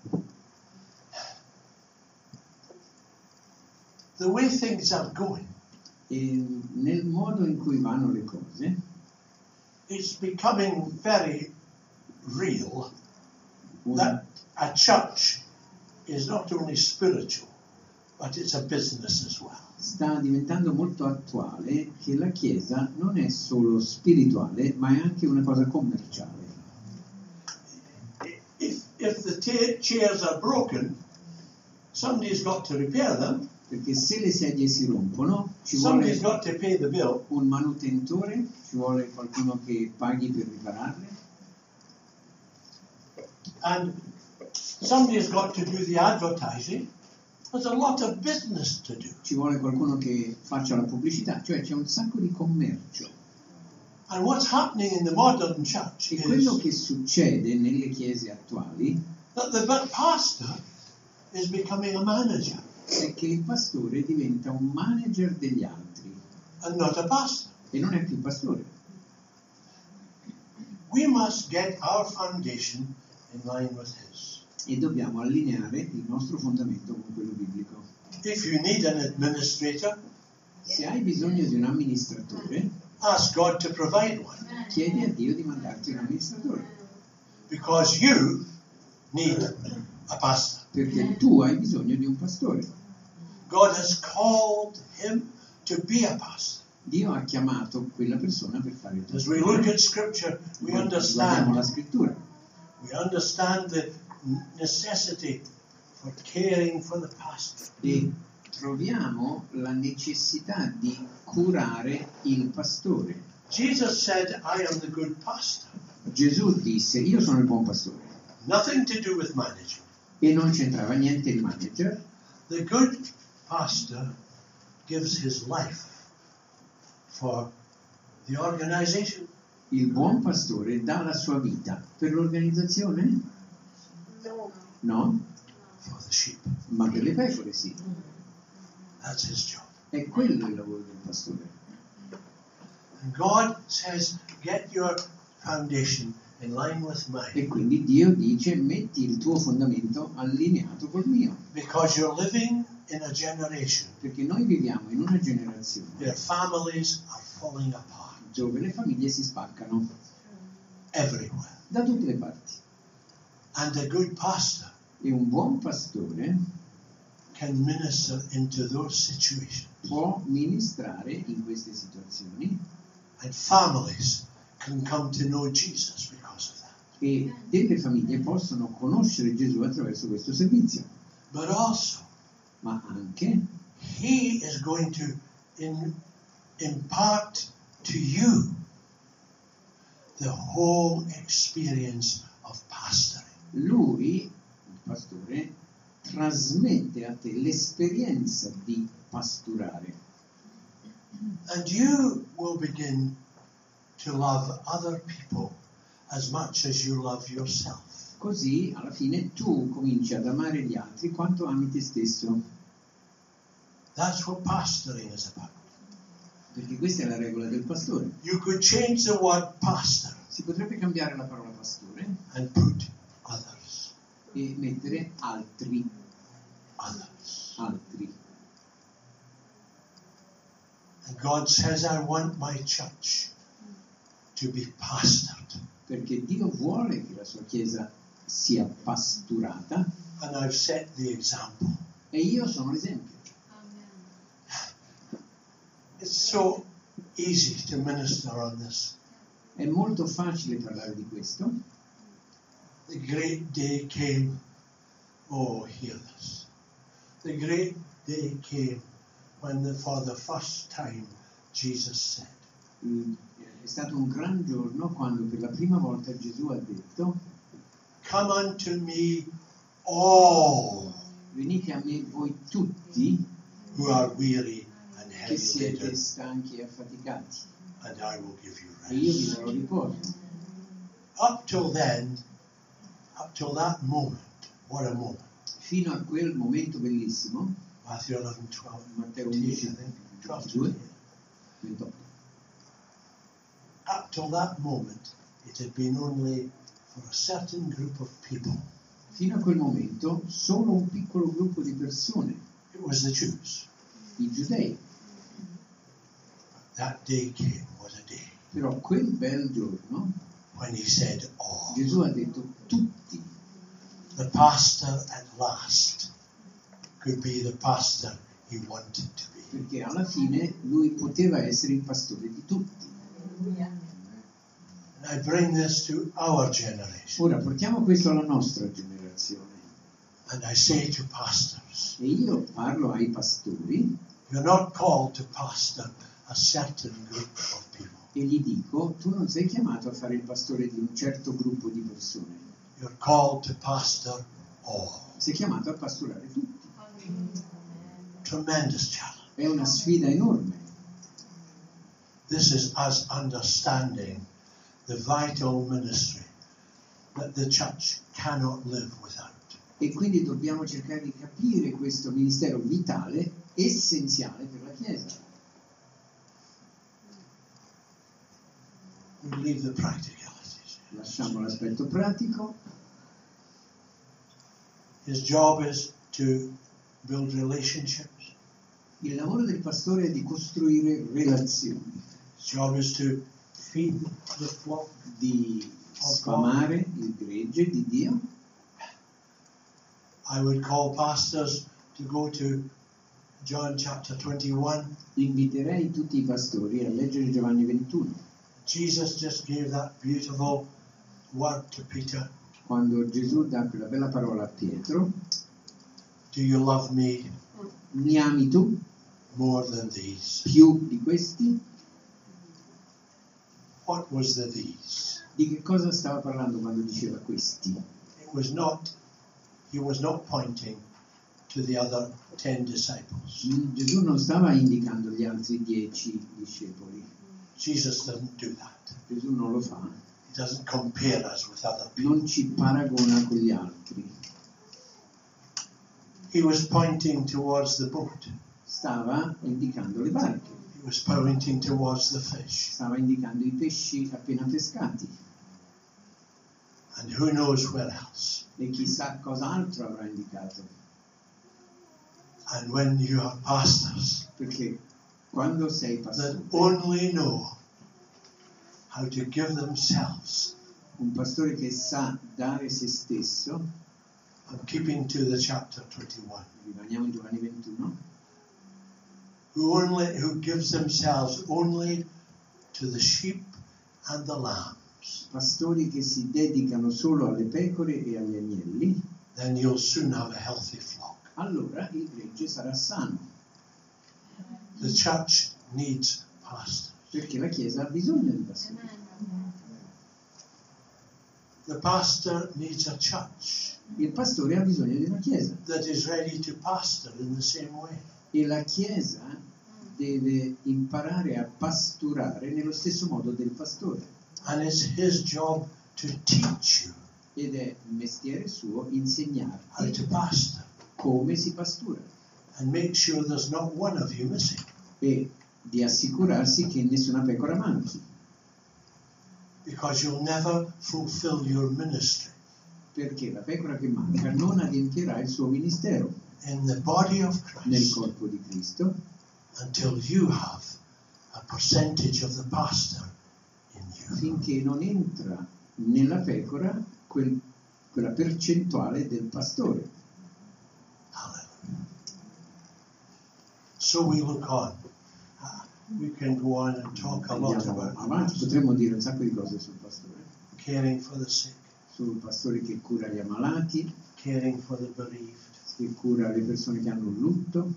The way things are going, E nel modo in cui vanno le cose, it's becoming very real un- that a church is not only spiritual, but it's a business as well. sta diventando molto attuale che la Chiesa non è solo spirituale, ma è anche una cosa commerciale. If, if the ta- chairs are broken, somebody's got to repair them, Perché se le sedie si rompono, ci vuole somebody's got to pay the bill, un manutentore, ci vuole qualcuno che paghi per ripararle, and somebody's got to do the advertising. There's a lot of business to do. ci vuole qualcuno che faccia la pubblicità, cioè c'è un sacco di commercio. And what's happening in the modern church E quello is che succede nelle chiese attuali that the pastor is becoming a manager è che il pastore diventa un manager degli altri and not a pastor. e non è più pastore. We must get our foundation in line with His. E dobbiamo allineare il nostro fondamento con quello biblico. If you need an administrator, Se hai bisogno di un amministratore, ask God to provide one, chiedi a Dio di mandarti un amministratore, because you need a pastor. perché tu hai bisogno di un pastore. God has called him to be a pastor. Dio ha chiamato quella persona per fare il As we look pastore. at Scripture, we Guardiamo la understand scrittura. we understand the necessity for caring for the pastor. E troviamo la necessità di curare il pastore. Jesus said, "I am the good pastor." Gesù disse, io sono il buon pastore. Nothing to do with managing. E non c'entrava niente il manager. The good pastor gives his life for the organization. Il buon pastore dà la sua vita per l'organizzazione? No, For the sheep. ma per le pecore sì. That's his job. È quello il lavoro del pastore. And God says, get your foundation in line with mine. E quindi Dio dice, metti il tuo fondamento allineato col mio. Because you're living in a generation Perché noi viviamo in una generazione where families are falling apart dove le famiglie si spaccano everywhere. da tutte le parti. And a good pastor E un buon pastore can minister into those situations. può ministrare in queste situazioni And families can come to know Jesus because of that. e delle famiglie possono conoscere Gesù attraverso questo servizio. But also, Ma anche He is going to in, impart to you the whole experience of pastoring. Lui, il pastore, trasmette a te l'esperienza di pasturare. And you will begin to love other people as much as you love yourself. Così alla fine tu cominci ad amare gli altri quanto ami te stesso, That's what pastoring is about. perché questa è la regola del pastore. You could change the word pastor Si potrebbe cambiare la parola pastore and put others. e mettere altri, Others. altri. And God says, I want my church to be pastored. Perché Dio vuole che la sua Chiesa sia pasturata And I've set the example. e io sono l'esempio. It's so easy to minister on this. È molto facile parlare di questo. The great day came. Oh, hear this. The great day came when the, for the first time Jesus said, Mm, È stato un gran giorno quando per la prima volta Gesù ha detto: Come unto me, all venite a me voi tutti who are weary and che heavy siete laden, stanchi e affaticati, and I will give you e io vi rest. darò riposo. Up till then, up till that moment, what a moment. Fino a quel momento bellissimo, Matthew eleven, twelve, Matteo twenty-eight, undici, I think. twelve, ventidue, twenty-eight. ventotto. Up till that moment, it had been only for a certain group of people. Fino a quel momento solo un piccolo gruppo di persone, It was the Jews. i giudei. That day came, what a day, Però quel bel giorno when he said all. Gesù ha detto tutti. The pastor at last could be the pastor he wanted to be. Perché alla fine lui poteva essere il pastore di tutti. And I bring this to our generation. Ora portiamo questo alla nostra generazione. And I say to pastors, E io parlo ai pastori you're not called to pastor a certain group of people. e gli dico, tu non sei chiamato a fare il pastore di un certo gruppo di persone, You're called to pastor all. sei chiamato a pastorare tutti. Tremendous challenge. È una sfida enorme. This is us understanding the vital ministry that the church cannot live without. E quindi dobbiamo cercare di capire questo ministero vitale, essenziale per la Chiesa. We leave the practicalities. Lasciamo l'aspetto pratico. His job is to build relationships. Il lavoro del pastore è di costruire relazioni, His job is to feed the flock. di sfamare il gregge di Dio. I would call pastors to go to John chapter twenty-one. Inviterei tutti i pastori a leggere Giovanni ventuno, Jesus just gave that beautiful word to Peter. quando Gesù dà quella bella parola a Pietro: Do you love me mi ami tu more than these? più di questi? What was the these? Di che cosa stava parlando quando diceva questi? It was not, he was not pointing to the other ten disciples. Gesù non stava indicando gli altri dieci discepoli. Jesus doesn't do that. Gesù non lo fa, He doesn't compare us with other people. non ci paragona con gli altri. He was pointing towards the boat. Stava indicando le barche, He was pointing towards the fish. stava indicando i pesci appena pescati, And who knows where else. e chissà cos'altro avrà indicato. And when you have pastors Perché quando sei that pastore, only know how to give themselves, un pastore che sa dare se stesso, I'm keeping to the chapter twenty-one, rimaniamo in Giovanni ventuno, who only who gives themselves only to the sheep and the lambs, pastori che si dedicano solo alle pecore e agli agnelli, then you'll soon have a healthy flock. allora il gregge sarà sano, The church needs pastors. perché la Chiesa ha bisogno di pastori. The pastor needs a church Il pastore ha bisogno di una Chiesa, that is ready to pastor in the same way. e la Chiesa deve imparare a pasturare nello stesso modo del pastore, And it's his job to teach you ed è mestiere suo how insegnarti to pastor come si pastura and make sure there's not one of you missing. e di assicurarsi che nessuna pecora manchi, Because you'll never fulfill your ministry perché la pecora che manca non adempierà il suo ministero in the body of nel Christ corpo di Cristo until you have a percentage of the pastor in you. finché non entra nella pecora quel- quella percentuale del pastore. Hallelujah. So we look on. Uh, we can go on and talk a lot Andiamo about avanti, potremmo dire un sacco di cose sul pastore, caring for the sick, sul pastore che cura gli ammalati, caring for the bereaved, che cura le persone che hanno un lutto,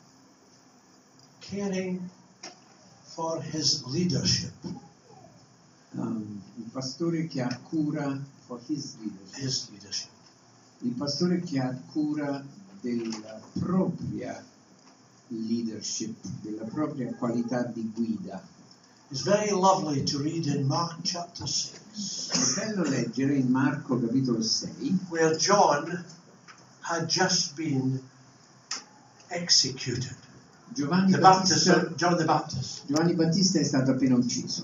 caring for his leadership. pastore che ha cura for his leadership. his leadership. Il pastore che ha cura della propria leadership, della propria qualità di guida. It's very lovely to read in Mark chapter six, È bello leggere in Marco capitolo sei, where John had just been executed. Giovanni The Baptist, Battista, uh, John the Baptist. Giovanni Battista è stato appena ucciso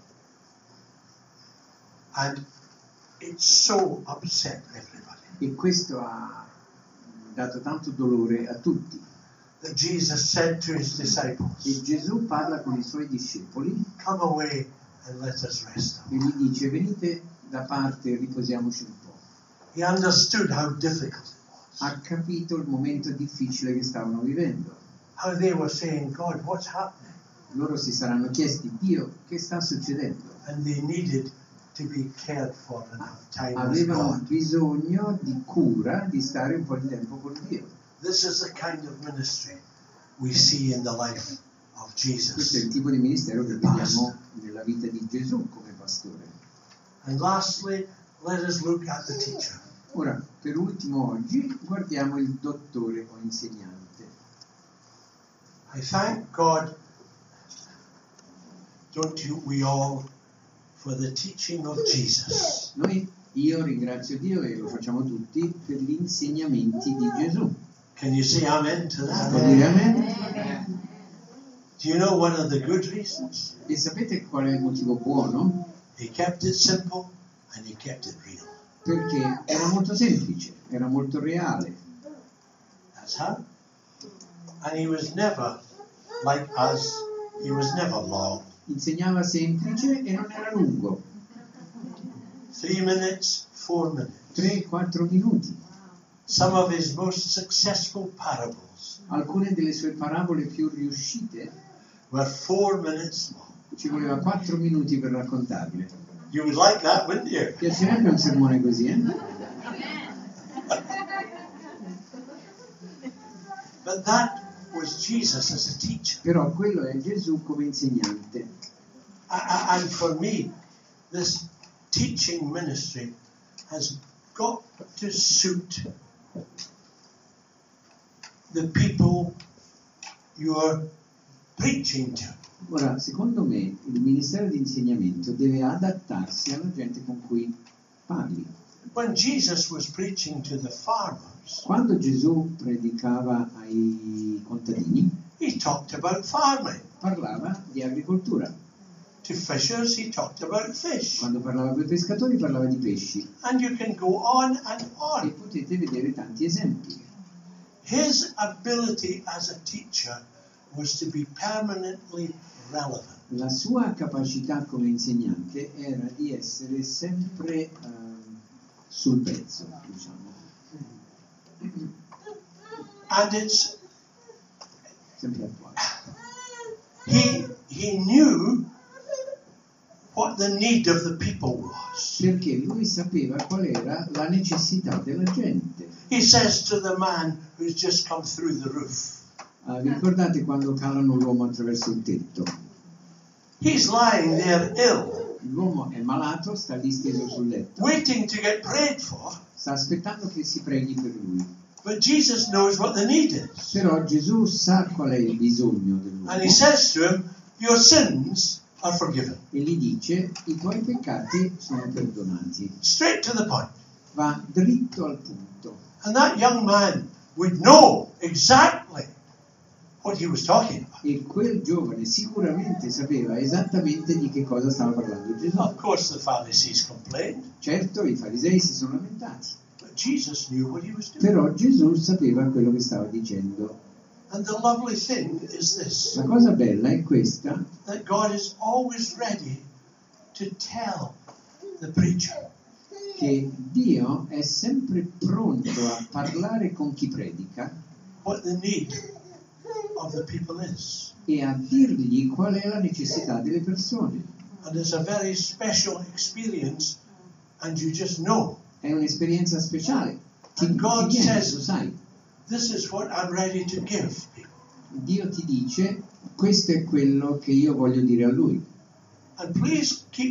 And it so upset everybody e questo ha dato tanto dolore a tutti. that Jesus said to his E disciples, Gesù parla con i suoi discepoli come away and let us rest. e gli dice: venite da parte e riposiamoci un po'. He understood how difficult it was. Ha capito il momento difficile che stavano vivendo. How they were saying, God, what's happening? Loro si saranno chiesti: Dio, che sta succedendo? And they needed to be cared for and have time with Avevano God. bisogno di cura, di stare un po' di tempo con Dio. This is the kind of ministry we see in the life of Questo è il Jesus. tipo di ministero che vediamo nella vita di Gesù come pastore. And lastly, let us look at the teacher. Ora, per ultimo oggi, guardiamo il dottore o insegnante. I thank God, don't you, we all, for the teaching of Jesus. Noi, io ringrazio Dio e lo facciamo tutti per gli insegnamenti di Gesù. Can you say amen to that? Può dire amen? Do you know one of the good reasons? E sapete qual è il motivo buono? He kept it simple and he kept it real. Perché era molto semplice, era molto reale. That's how. And he was never like us, he was never long. Insegnava semplice e non era lungo. Three minutes, four minutes. tre quattro minuti. Some of his most successful parables Alcune delle sue parabole più riuscite were four minutes long. ci voleva quattro minuti per raccontarle. You would like that, wouldn't you? Piacerebbe un sermone così, eh? But that was Jesus as a teacher. Però quello è Gesù come insegnante. I- I- And for me, this teaching ministry has got to suit the people you're preaching to. Ora, secondo me, il ministero di insegnamento deve adattarsi alla gente con cui parli. When Jesus was preaching to the farmers, Quando Gesù predicava ai contadini, he talked about farming. parlava di agricoltura. To fishers, he talked about fish. Quando parlava con i pescatori, parlava di pesci. And you can go on and E on. potete vedere tanti esempi. His ability as a teacher was to be permanently relevant. La sua capacità come insegnante era di essere sempre ehm, sul pezzo, diciamo. And it's Sempre attuale. he he knew what the need of the people was. Perché lui sapeva qual era la necessità della gente. He says to the man who's just come through the roof, Ah, vi ricordate quando calano l'uomo attraverso il tetto? he's lying there ill, L'uomo è malato, sta lì steso sul letto, waiting to get prayed for, sta aspettando che si preghi per lui. but Jesus knows what the need is. Però Gesù sa qual è il bisogno And dell'uomo he says to him, your sins are forgiven. e gli dice: i tuoi peccati sono perdonati. Straight to the point. Va dritto al punto. And that young man would know exactly what he was talking about. E quel giovane sicuramente sapeva esattamente di che cosa stava parlando Gesù. Of course, the Pharisees complained, Certo, i farisei si sono lamentati, but Jesus knew what he was doing. però Gesù sapeva quello che stava dicendo. And the lovely thing is this, La cosa bella è questa, that God is always ready to tell the preacher che Dio è sempre pronto a parlare con chi predica what the need of the people is. e a dirgli qual è la necessità delle persone. And it's a very special experience, and you just know. È un'esperienza speciale. Ti, And God ti viene, says- lo sai. This is what I'm ready to give people. Dio ti dice: questo è quello che io voglio dire a lui. And please keep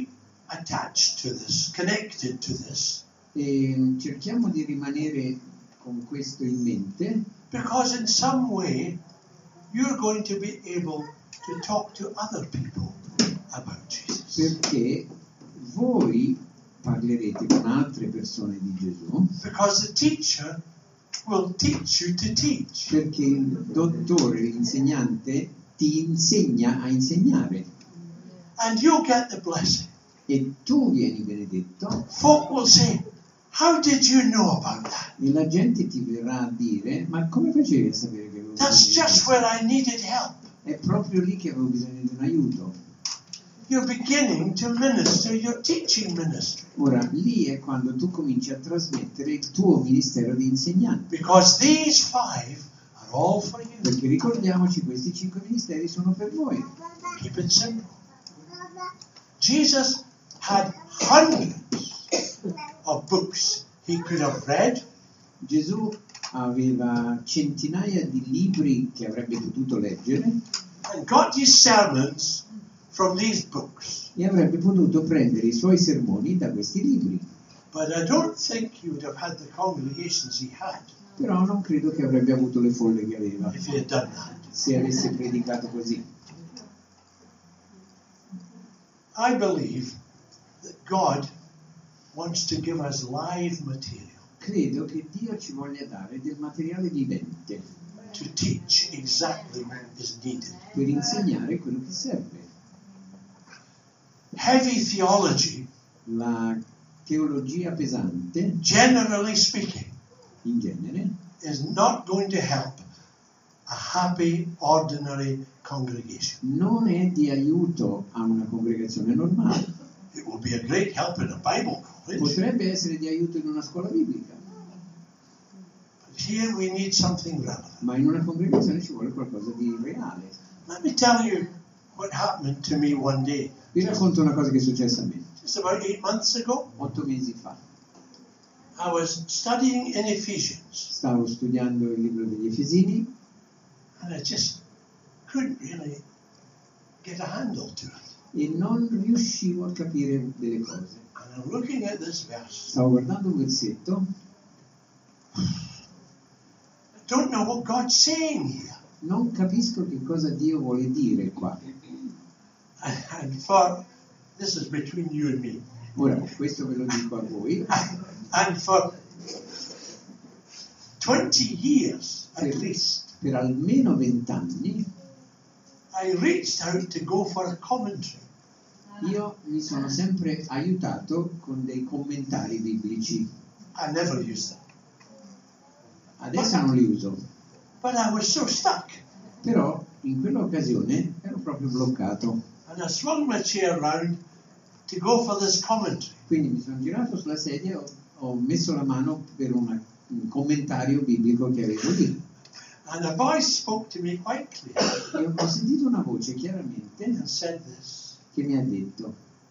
attached to this, connected to this, E cerchiamo di rimanere con questo in mente, because in some way you're going to be able to talk to other people about Jesus. perché voi parlerete con altre persone di Gesù, Because the teacher will teach you to teach. perché il dottore, l'insegnante, ti insegna a insegnare And you'll get the blessing. e tu vieni benedetto Folk will say, how did you know about that? e la gente ti verrà a dire: ma come facevi a sapere che avevo That's bisogno di just questo? where I needed help. È proprio lì che avevo bisogno di un aiuto. You're beginning to minister your teaching ministry. Ora, lì è quando tu cominci a trasmettere il tuo ministero di insegnante, Because these five are all for you. perché ricordiamoci, questi cinque ministeri sono per voi. Keep it simple. Jesus had hundreds of books he could have read, Gesù aveva centinaia di libri che avrebbe potuto leggere and got his sermons from these books. e avrebbe potuto prendere i suoi sermoni da questi libri, But I don't think he would have had the congregations he had però non credo che avrebbe avuto le folle che aveva if he had done that. se avesse predicato così. I believe that God wants to give us live material Credo che Dio ci voglia dare del materiale vivente to teach exactly what is needed. per insegnare quello che serve. Heavy theology, La teologia pesante, generally speaking, in genere, is not going to help a happy, ordinary congregation. non è di aiuto a una congregazione normale. It will be a great help in a Bible college, Potrebbe essere di aiuto in una scuola biblica, but here we need something relevant. ma in una congregazione ci vuole qualcosa di reale. Let me tell you what happened to me one day, Vi racconto una cosa che è successa a me just about eight months ago. otto mesi fa. I was studying in Ephesians, Stavo studiando il libro degli Efesini and I just couldn't really get a handle to it. e non riuscivo a capire delle cose. And I'm looking at this verse. Stavo guardando un versetto, I don't know what God's saying here. non capisco che cosa Dio vuole dire qua. And for, this is between you and me. Ora, questo ve lo dico a voi. And for twenty years at Per, least, per almeno vent'anni I reached out to go for a commentary. io mi sono sempre aiutato con dei commentari biblici. I never used them. Adesso non li uso, But I was so stuck. però in quell'occasione ero proprio bloccato. And I swung my chair round to go for this commentary. Quindi mi sono girato sulla sedia e ho, ho messo la mano per una, un commentario biblico che avevo lì. And a voice spoke to me quite clearly E ho sentito una voce chiaramente and said this: che mi ha detto: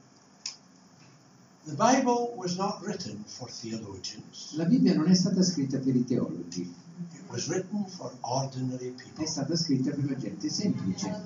the Bible was not written for theologians. la Bibbia non è stata scritta per i teologi, It was written for ordinary è people. stata scritta per la gente semplice.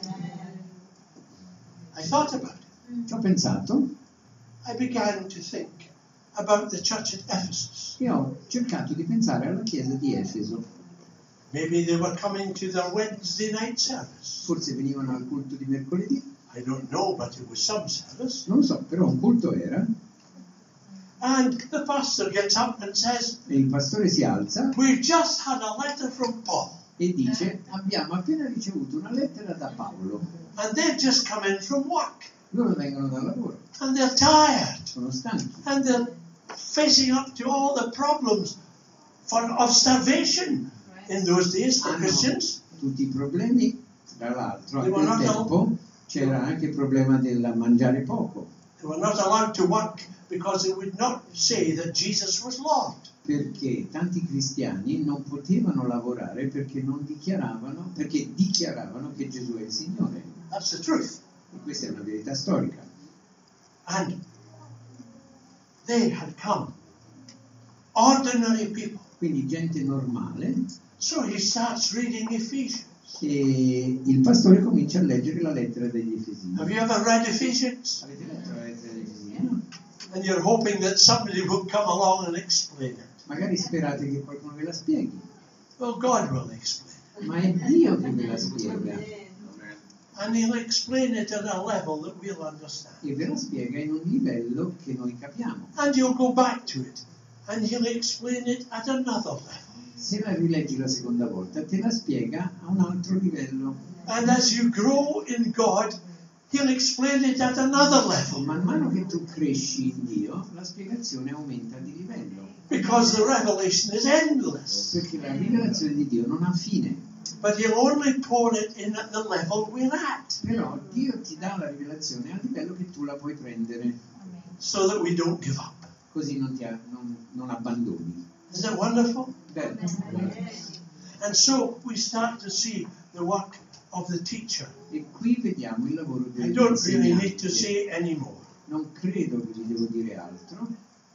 I thought about it. Ci ho pensato I began to think about the church at Ephesus. e ho cercato di pensare alla chiesa di Efeso. Maybe they were coming to their Wednesday night service. Forse venivano al culto di mercoledì, I don't know, but it was some service. non lo so, però un culto era, And the pastor gets up and says, e il pastore si alza we've just had a letter from Paul. e dice: abbiamo appena ricevuto una lettera da Paolo, And they've just come in from work. loro vengono dal lavoro, And they're tired. sono stanchi And they're facing up to all the problems for, of starvation in those days for hanno Christians. tutti i problemi. Tra l'altro a They were quel not tempo c'era anche il problema del mangiare poco, They were not allowed to work because they would not say that Jesus was Lord. perché tanti cristiani non potevano lavorare perché non dichiaravano, perché dichiaravano che Gesù è il Signore. That's the truth. E questa è una verità storica. And they had come. Ordinary people. Quindi gente normale. So he starts reading Ephesians. E il pastore comincia a leggere la lettera degli Efesini. Have you ever read Ephesians? Avete letto la lettera degli Efesini? And you're hoping that somebody will come along and explain it. Magari sperate che qualcuno ve la spieghi, Well, God will explain it. ma è Dio che ve la spiega And He'll explain it at a level that we'll understand. e ve la spiega in un livello che noi capiamo. And you'll go back to it. And He'll explain it at another level. Se la rileggi la seconda volta, te la spiega a un altro livello. And as you grow in God, He'll explain it at another level. Man mano che tu cresci in Dio, la spiegazione aumenta di livello. Because the revelation is endless. Perché la rivelazione di Dio non ha fine. But He'll only pour it in at the level we're at. Però Dio ti dà la rivelazione al livello che tu la puoi prendere, So that we don't give up. così non, ti, non, non abbandoni. Isn't it wonderful? Bello. And so we start to see the work of the teacher. E qui vediamo il lavoro I del don't really need to insegnante. say any more. Non credo che vi devo dire altro.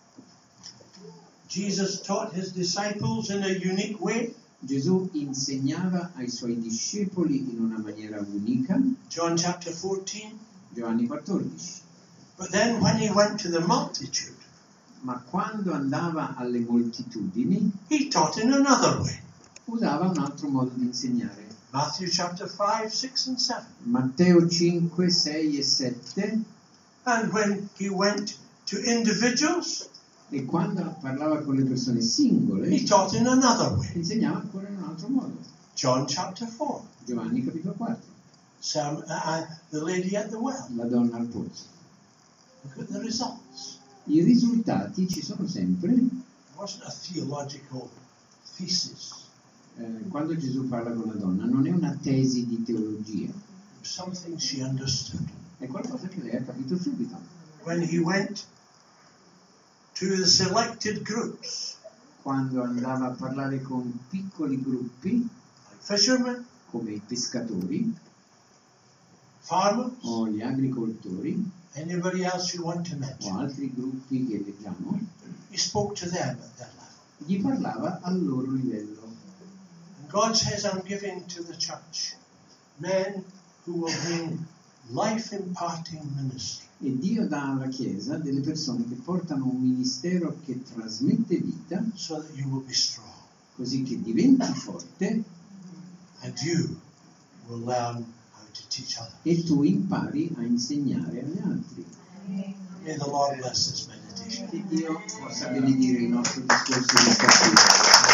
Jesus taught His disciples in a unique way. Gesù insegnava ai suoi discepoli in una maniera unica, John chapter fourteen. Giovanni quattordici. But then when He went to the multitude, Ma quando andava alle moltitudini He taught in another way. usava un altro modo di insegnare. Matthew chapter five, six and seven. Matteo cinque, sei e sette. And when He went to individuals, E quando parlava con le persone singole, He taught in another way. insegnava ancora in un altro modo. John chapter four. Giovanni capitolo quattro, Sam, uh, uh, the lady at the well. la donna al pozzo. Look at the results. I risultati ci sono sempre. It wasn't a theological thesis. Eh, quando Gesù parla con la donna, non è una tesi di teologia, It was something she understood. è qualcosa che lei ha capito subito. When He went to the selected groups, Quando andava a parlare con piccoli gruppi, like fishermen, come i pescatori farmers, o gli agricoltori anybody else you want to o mention, altri gruppi che leggiamo, He spoke to them at that level. gli parlava al loro livello. And God says, I'm giving to the church men who will bring life-imparting ministry. E Dio dà alla Chiesa delle persone che portano un ministero che trasmette vita, So that you will be strong così che diventi forte and you will learn how to teach others. e tu impari a insegnare agli altri. May the Lord bless this meditation. Che Dio possa benedire il nostro discorso di stasera.